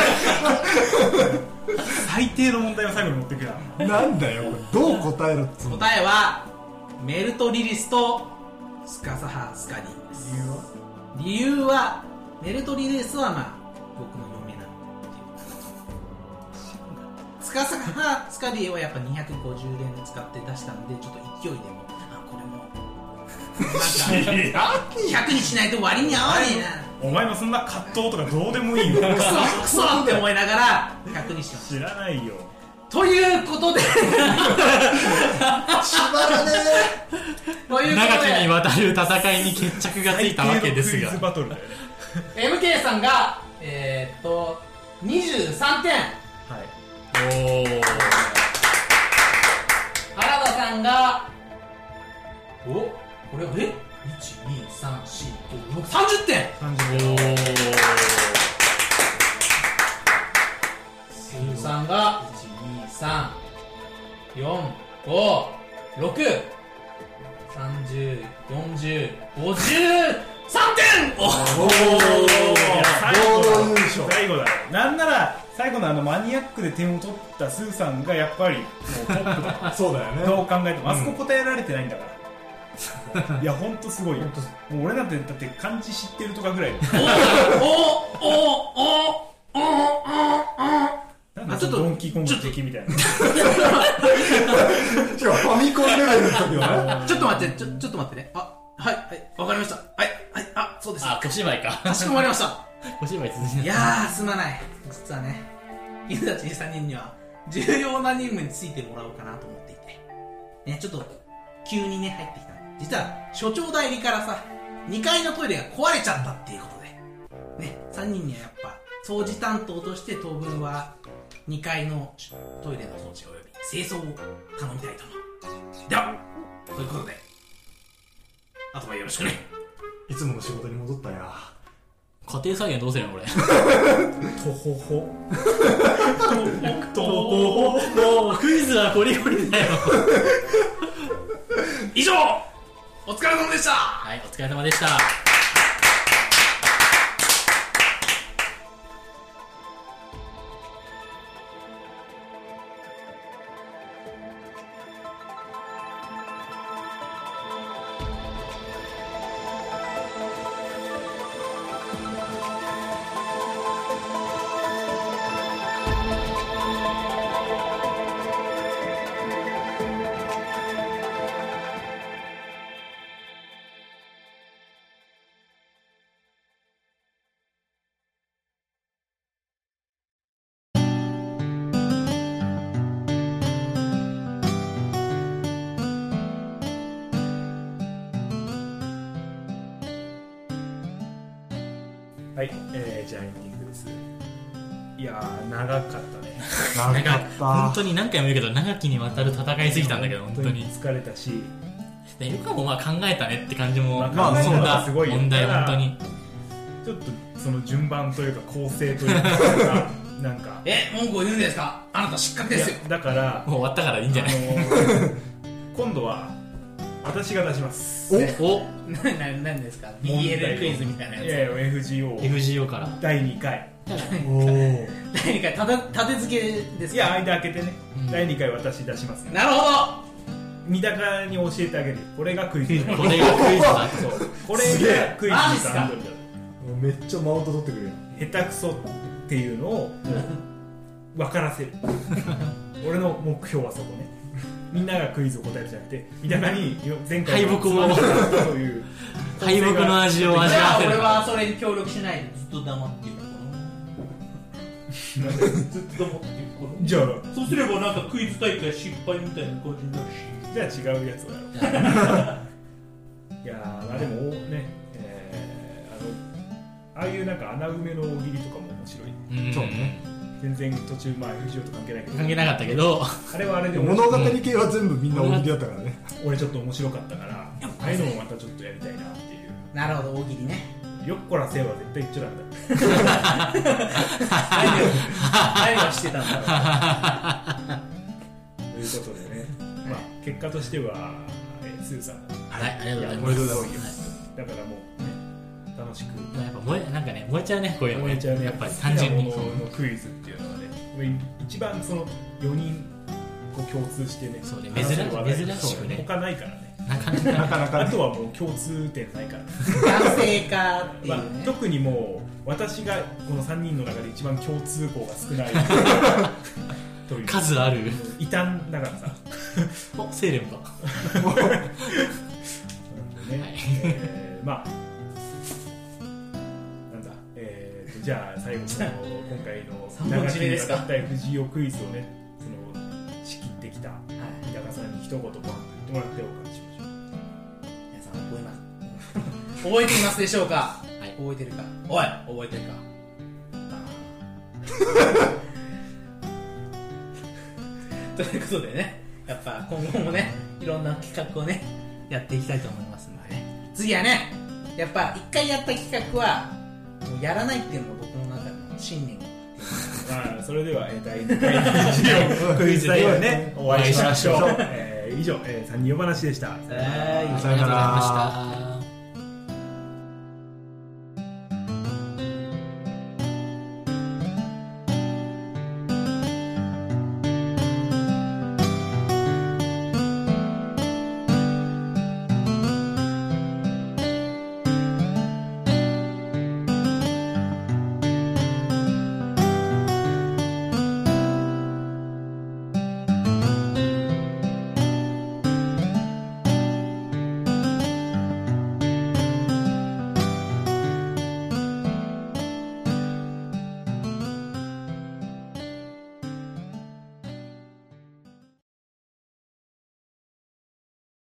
最低の問題を最後に持ってくるな。 なんだよこれ。どう答えるっつうの。 答えはメルトリリスとスカサハスカディです。理由は？理由はメルトリリスはまあ僕の嫁なんで、スカサハスカディはやっぱにひゃくごじゅうえん使って出したんで、ちょっと勢いでもあこれもなんかひゃくにしないと割に合わねえな。 お前もそんな葛藤とかどうでもいいよ。 クソクソって思いながらひゃくにしました。 知らないよ。 ということで縛らねーということで長きにわたる戦いに決着がついたわけですがクイズバトルだよね。 エムケー さんがえー、っとにじゅうさんてん、 はい。 おー原田さんがおこれはえいちにさんよんごろくさんじゅってん、 さんじゅうおースーさんがいちにさんよんごろくさんじゅうよんじゅうごじゅうさんてん。おお最後だ優勝最後だよ。なんなら最後のあのマニアックで点を取ったスーさんがやっぱりもうトップだそうだよね。 どう考えてもあそこ答えられてないんだからいやほんとすごいよ。もう俺なんてだって漢字知ってるとかぐらいおおおおおおなんかちょっとドンキーコング的みたいなしかもファミコンレベルの時はねちょっと待ってちょちょっと待ってね。あはいはいわかりました。はいはいあそうですあ小芝居かかしこまりました小芝居続いていやーすまない。実はね犬たちさんにんには重要な任務についてもらおうかなと思っていてねちょっと急にね入ってきた。実は所長代理からさにかいのトイレが壊れちゃったっていうことでねさんにんにはやっぱ掃除担当として当分はにかいのトイレの掃除および清掃を頼みたいと思う。ではということであとはよろしくね。 いつもの仕事に戻ったや。 家庭菜園どうするのこれとほほとほほもうクイズはゴリゴリだよ以上お疲れ様でした。 はいお疲れ様でした。 はい、えー、じゃあエンディングです。いやー長かったね。 長かっ本た。 当に何回も言うけど長きにわたる戦いすぎたんだけど本当に疲れたし、 でよくもまあ考えたねって感じもまあまあ考えたのがすごいよ。 問題ただ本当にちょっとその順番というか構成というかなんかえ文句を言うんですか。あなた失格ですよ。 いやだからもう終わったからいいんじゃないあのー今度は私が出します。 おねおな、な、なんですか ビーエル クイズみたいなやつ。 いやいや エフジーオーエフジーオー からだいにかい。 おー。 だいにかい、たて、立て付けですか。 いや間開けてね、 うんだいにかい私出しますね。 なるほど。 三鷹に教えてあげる。これがクイズだ。 これがクイズだそうこれすげえがクイズマジっすか段取りだ。 めっちゃマウント取ってくるやん。 下手くそっていうのをもう分からせる俺の目標はそこね。みんながクイズを答えるじゃなくて三鷹に前回敗北をつまんなかったという敗北の味を味じゃあわわせる俺はそれに協力しないでずっと黙っているからずっと黙っているからじゃあそうすればなんかクイズ大会失敗みたいな感じになるし。 じゃあ違うやつをやろういやーまあでもね、えー、あのああいうなんか穴埋めの大喜利とかも面白い。 うんそうね。 全然途中まあ エフジーオー と関係ないけど関係なかったけどあれはあれで物語系は全部みんな大喜利だったからね。 俺ちょっと面白かったからああいうのもまたちょっとやりたいなっていう。 なるほど、大喜利ね。 よっこらせは絶対言っちゃダメだ何をしてたんだろう。 ということでね、まあ、結果としては、えー、スーさんはいありがとうございやますすごいよはだからもうね楽しくいやっぱ燃えなんかね燃えちゃうねこういうの燃えちゃうね。 やっぱり単純に好きなもののクイズっていうのはね俺一番そのよにんこう共通してねそうね話せる話題珍しくね他ないからね。 なかなかなかなかね。 あとはもう共通点ないから男性化っていまあうね。 特にもう私がこのさんにんの中で一番共通項が少ないという数ある異端だからさお清廉かねえーまあなんだえーとじゃあ最後その今回の三本締めですか長きにわたった エフジーオー クイズをねそのってきた日高さんに一言バンと言ってもらってお別れしましょう。 皆さん覚えます覚えていますでしょうか、はい、覚えてるか、おい覚えてるかということでね、やっぱ今後もねいろんな企画をねやっていきたいと思いますので、ね、次はねやっぱ一回やった企画はもうやらないっていうのが僕の中の信念まあそれでは、えー、だいにかいのクイズではねお会いしましょう、えー、以上、えー、さんにん夜話でした。 はい、ありがとうございました。